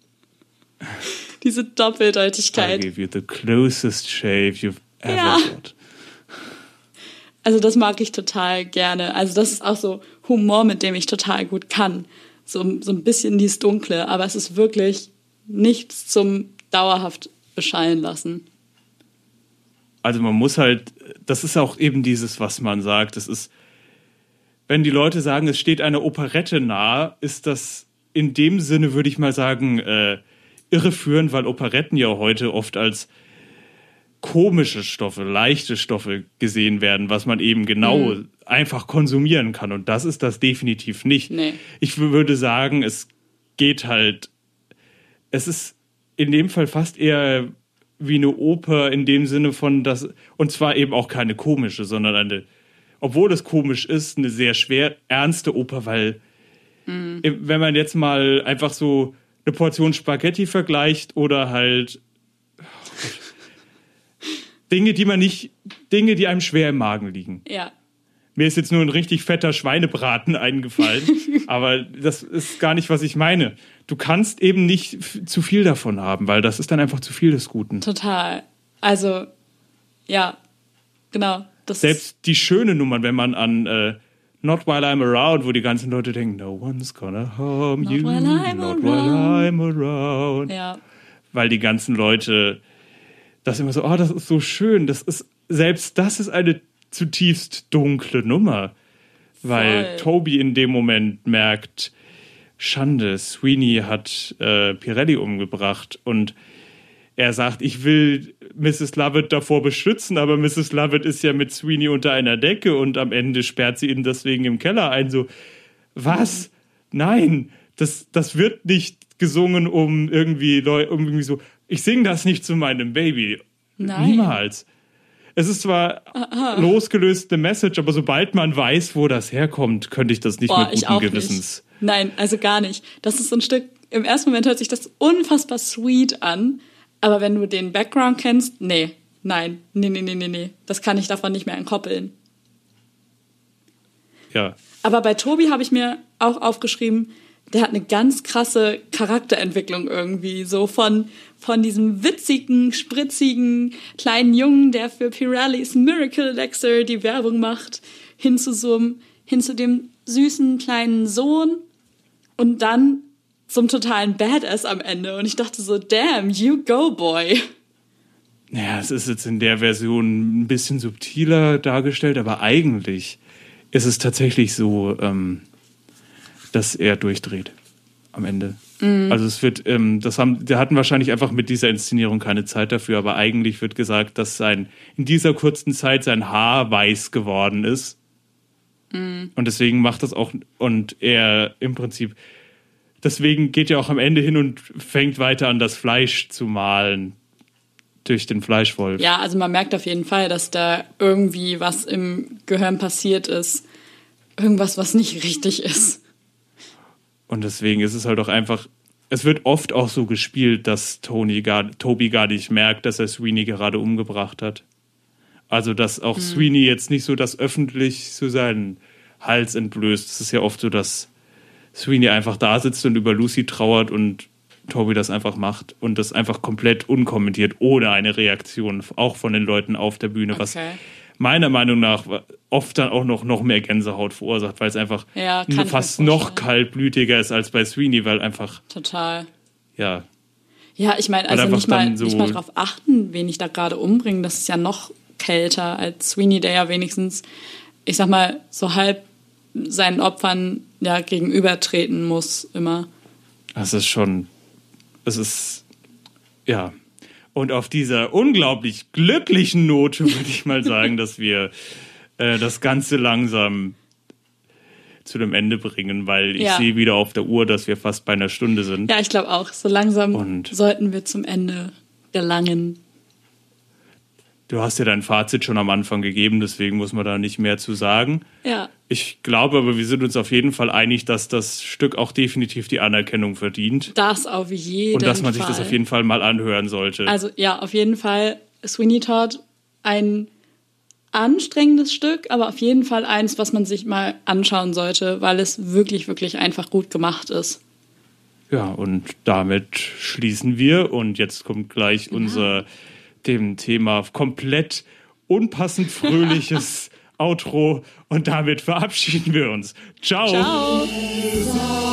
[SPEAKER 4] Diese Doppeldeutigkeit.
[SPEAKER 3] I give you the closest shave you've ever got.
[SPEAKER 4] Also das mag ich total gerne. Also das ist auch so Humor, mit dem ich total gut kann. So ein bisschen dieses Dunkle, aber es ist wirklich nichts zum dauerhaft beschallen lassen.
[SPEAKER 3] Also man muss halt, das ist auch eben dieses, was man sagt, das ist, wenn die Leute sagen, es steht einer Operette nahe, ist das in dem Sinne, würde ich mal sagen, irreführend, weil Operetten ja heute oft als komische Stoffe, leichte Stoffe gesehen werden, was man eben genau einfach konsumieren kann. Und das ist das definitiv nicht.
[SPEAKER 4] Nee.
[SPEAKER 3] Ich würde sagen, es ist in dem Fall fast eher wie eine Oper in dem Sinne von, und zwar eben auch keine komische, sondern obwohl es komisch ist, eine sehr schwer ernste Oper, weil wenn man jetzt mal einfach so eine Portion Spaghetti vergleicht oder halt Dinge, die einem schwer im Magen liegen.
[SPEAKER 4] Ja.
[SPEAKER 3] Mir ist jetzt nur ein richtig fetter Schweinebraten eingefallen, aber das ist gar nicht, was ich meine. Du kannst eben nicht zu viel davon haben, weil das ist dann einfach zu viel des Guten.
[SPEAKER 4] Total. Also, ja, genau.
[SPEAKER 3] Selbst die schöne Nummern, wenn man an Not While I'm Around, wo die ganzen Leute denken, no one's gonna harm you, not while I'm around.
[SPEAKER 4] Ja.
[SPEAKER 3] Weil die ganzen Leute das immer so, oh, das ist so schön. Selbst das ist eine zutiefst dunkle Nummer. Weil Toby in dem Moment merkt, Schande, Sweeney hat Pirelli umgebracht und er sagt, ich will Mrs. Lovett davor beschützen, aber Mrs. Lovett ist ja mit Sweeney unter einer Decke und am Ende sperrt sie ihn deswegen im Keller ein. So, was? Nein, das wird nicht gesungen, um irgendwie so, ich singe das nicht zu meinem Baby.
[SPEAKER 4] Nein.
[SPEAKER 3] Niemals. Es ist zwar losgelöst eine Message, aber sobald man weiß, wo das herkommt, könnte ich das nicht mit gutem Gewissens.
[SPEAKER 4] Nicht. Nein, also gar nicht. Das ist so ein Stück, im ersten Moment hört sich das unfassbar sweet an, aber wenn du den Background kennst, nee. Das kann ich davon nicht mehr entkoppeln.
[SPEAKER 3] Ja.
[SPEAKER 4] Aber bei Toby habe ich mir auch aufgeschrieben, der hat eine ganz krasse Charakterentwicklung irgendwie, so von diesem witzigen, spritzigen kleinen Jungen, der für Pirellis Miracle Elixir die Werbung macht, hin zu dem süßen kleinen Sohn und dann zum totalen Badass am Ende. Und ich dachte so, damn, you go, boy.
[SPEAKER 3] Naja, es ist jetzt in der Version ein bisschen subtiler dargestellt, aber eigentlich ist es tatsächlich so, dass er durchdreht am Ende. Also es wird, wir hatten wahrscheinlich einfach mit dieser Inszenierung keine Zeit dafür, aber eigentlich wird gesagt, dass in dieser kurzen Zeit sein Haar weiß geworden ist. Und deswegen macht das auch, und er im Prinzip, deswegen geht er auch am Ende hin und fängt weiter an, das Fleisch zu mahlen durch den Fleischwolf.
[SPEAKER 4] Ja, also man merkt auf jeden Fall, dass da irgendwie was im Gehirn passiert ist. Irgendwas, was nicht richtig ist.
[SPEAKER 3] Und deswegen ist es halt auch einfach, es wird oft auch so gespielt, dass Toby gar nicht merkt, dass er Sweeney gerade umgebracht hat. Also, dass auch Sweeney jetzt nicht so das öffentlich so seinen Hals entblößt. Es ist ja oft so, dass Sweeney einfach da sitzt und über Lucy trauert und Toby das einfach macht und das einfach komplett unkommentiert, ohne eine Reaktion, auch von den Leuten auf der Bühne, was meiner Meinung nach oft dann auch noch mehr Gänsehaut verursacht, weil es einfach fast noch kaltblütiger ist als bei Sweeney, weil einfach...
[SPEAKER 4] Total.
[SPEAKER 3] Ja.
[SPEAKER 4] Ja, ich meine, also nicht mal drauf achten, wen ich da gerade umbringe, das ist ja noch kälter als Sweeney, der ja wenigstens, ich sag mal, so halb seinen Opfern ja gegenübertreten muss, immer.
[SPEAKER 3] Das ist schon... Es ist... Ja... Und auf dieser unglaublich glücklichen Note würde ich mal sagen, dass wir das Ganze langsam zu dem Ende bringen, weil ich sehe wieder auf der Uhr, dass wir fast bei einer Stunde sind.
[SPEAKER 4] Ja, ich glaube auch. So langsam sollten wir zum Ende gelangen.
[SPEAKER 3] Du hast ja dein Fazit schon am Anfang gegeben, deswegen muss man da nicht mehr zu sagen.
[SPEAKER 4] Ja.
[SPEAKER 3] Ich glaube aber, wir sind uns auf jeden Fall einig, dass das Stück auch definitiv die Anerkennung verdient.
[SPEAKER 4] Das auf jeden Fall.
[SPEAKER 3] Und dass man sich das auf jeden Fall mal anhören sollte.
[SPEAKER 4] Also ja, auf jeden Fall Sweeney Todd ein anstrengendes Stück, aber auf jeden Fall eins, was man sich mal anschauen sollte, weil es wirklich, wirklich einfach gut gemacht ist.
[SPEAKER 3] Ja, und damit schließen wir und jetzt kommt gleich unser dem Thema komplett unpassend fröhliches Outro und damit verabschieden wir uns. Ciao.
[SPEAKER 4] Ciao.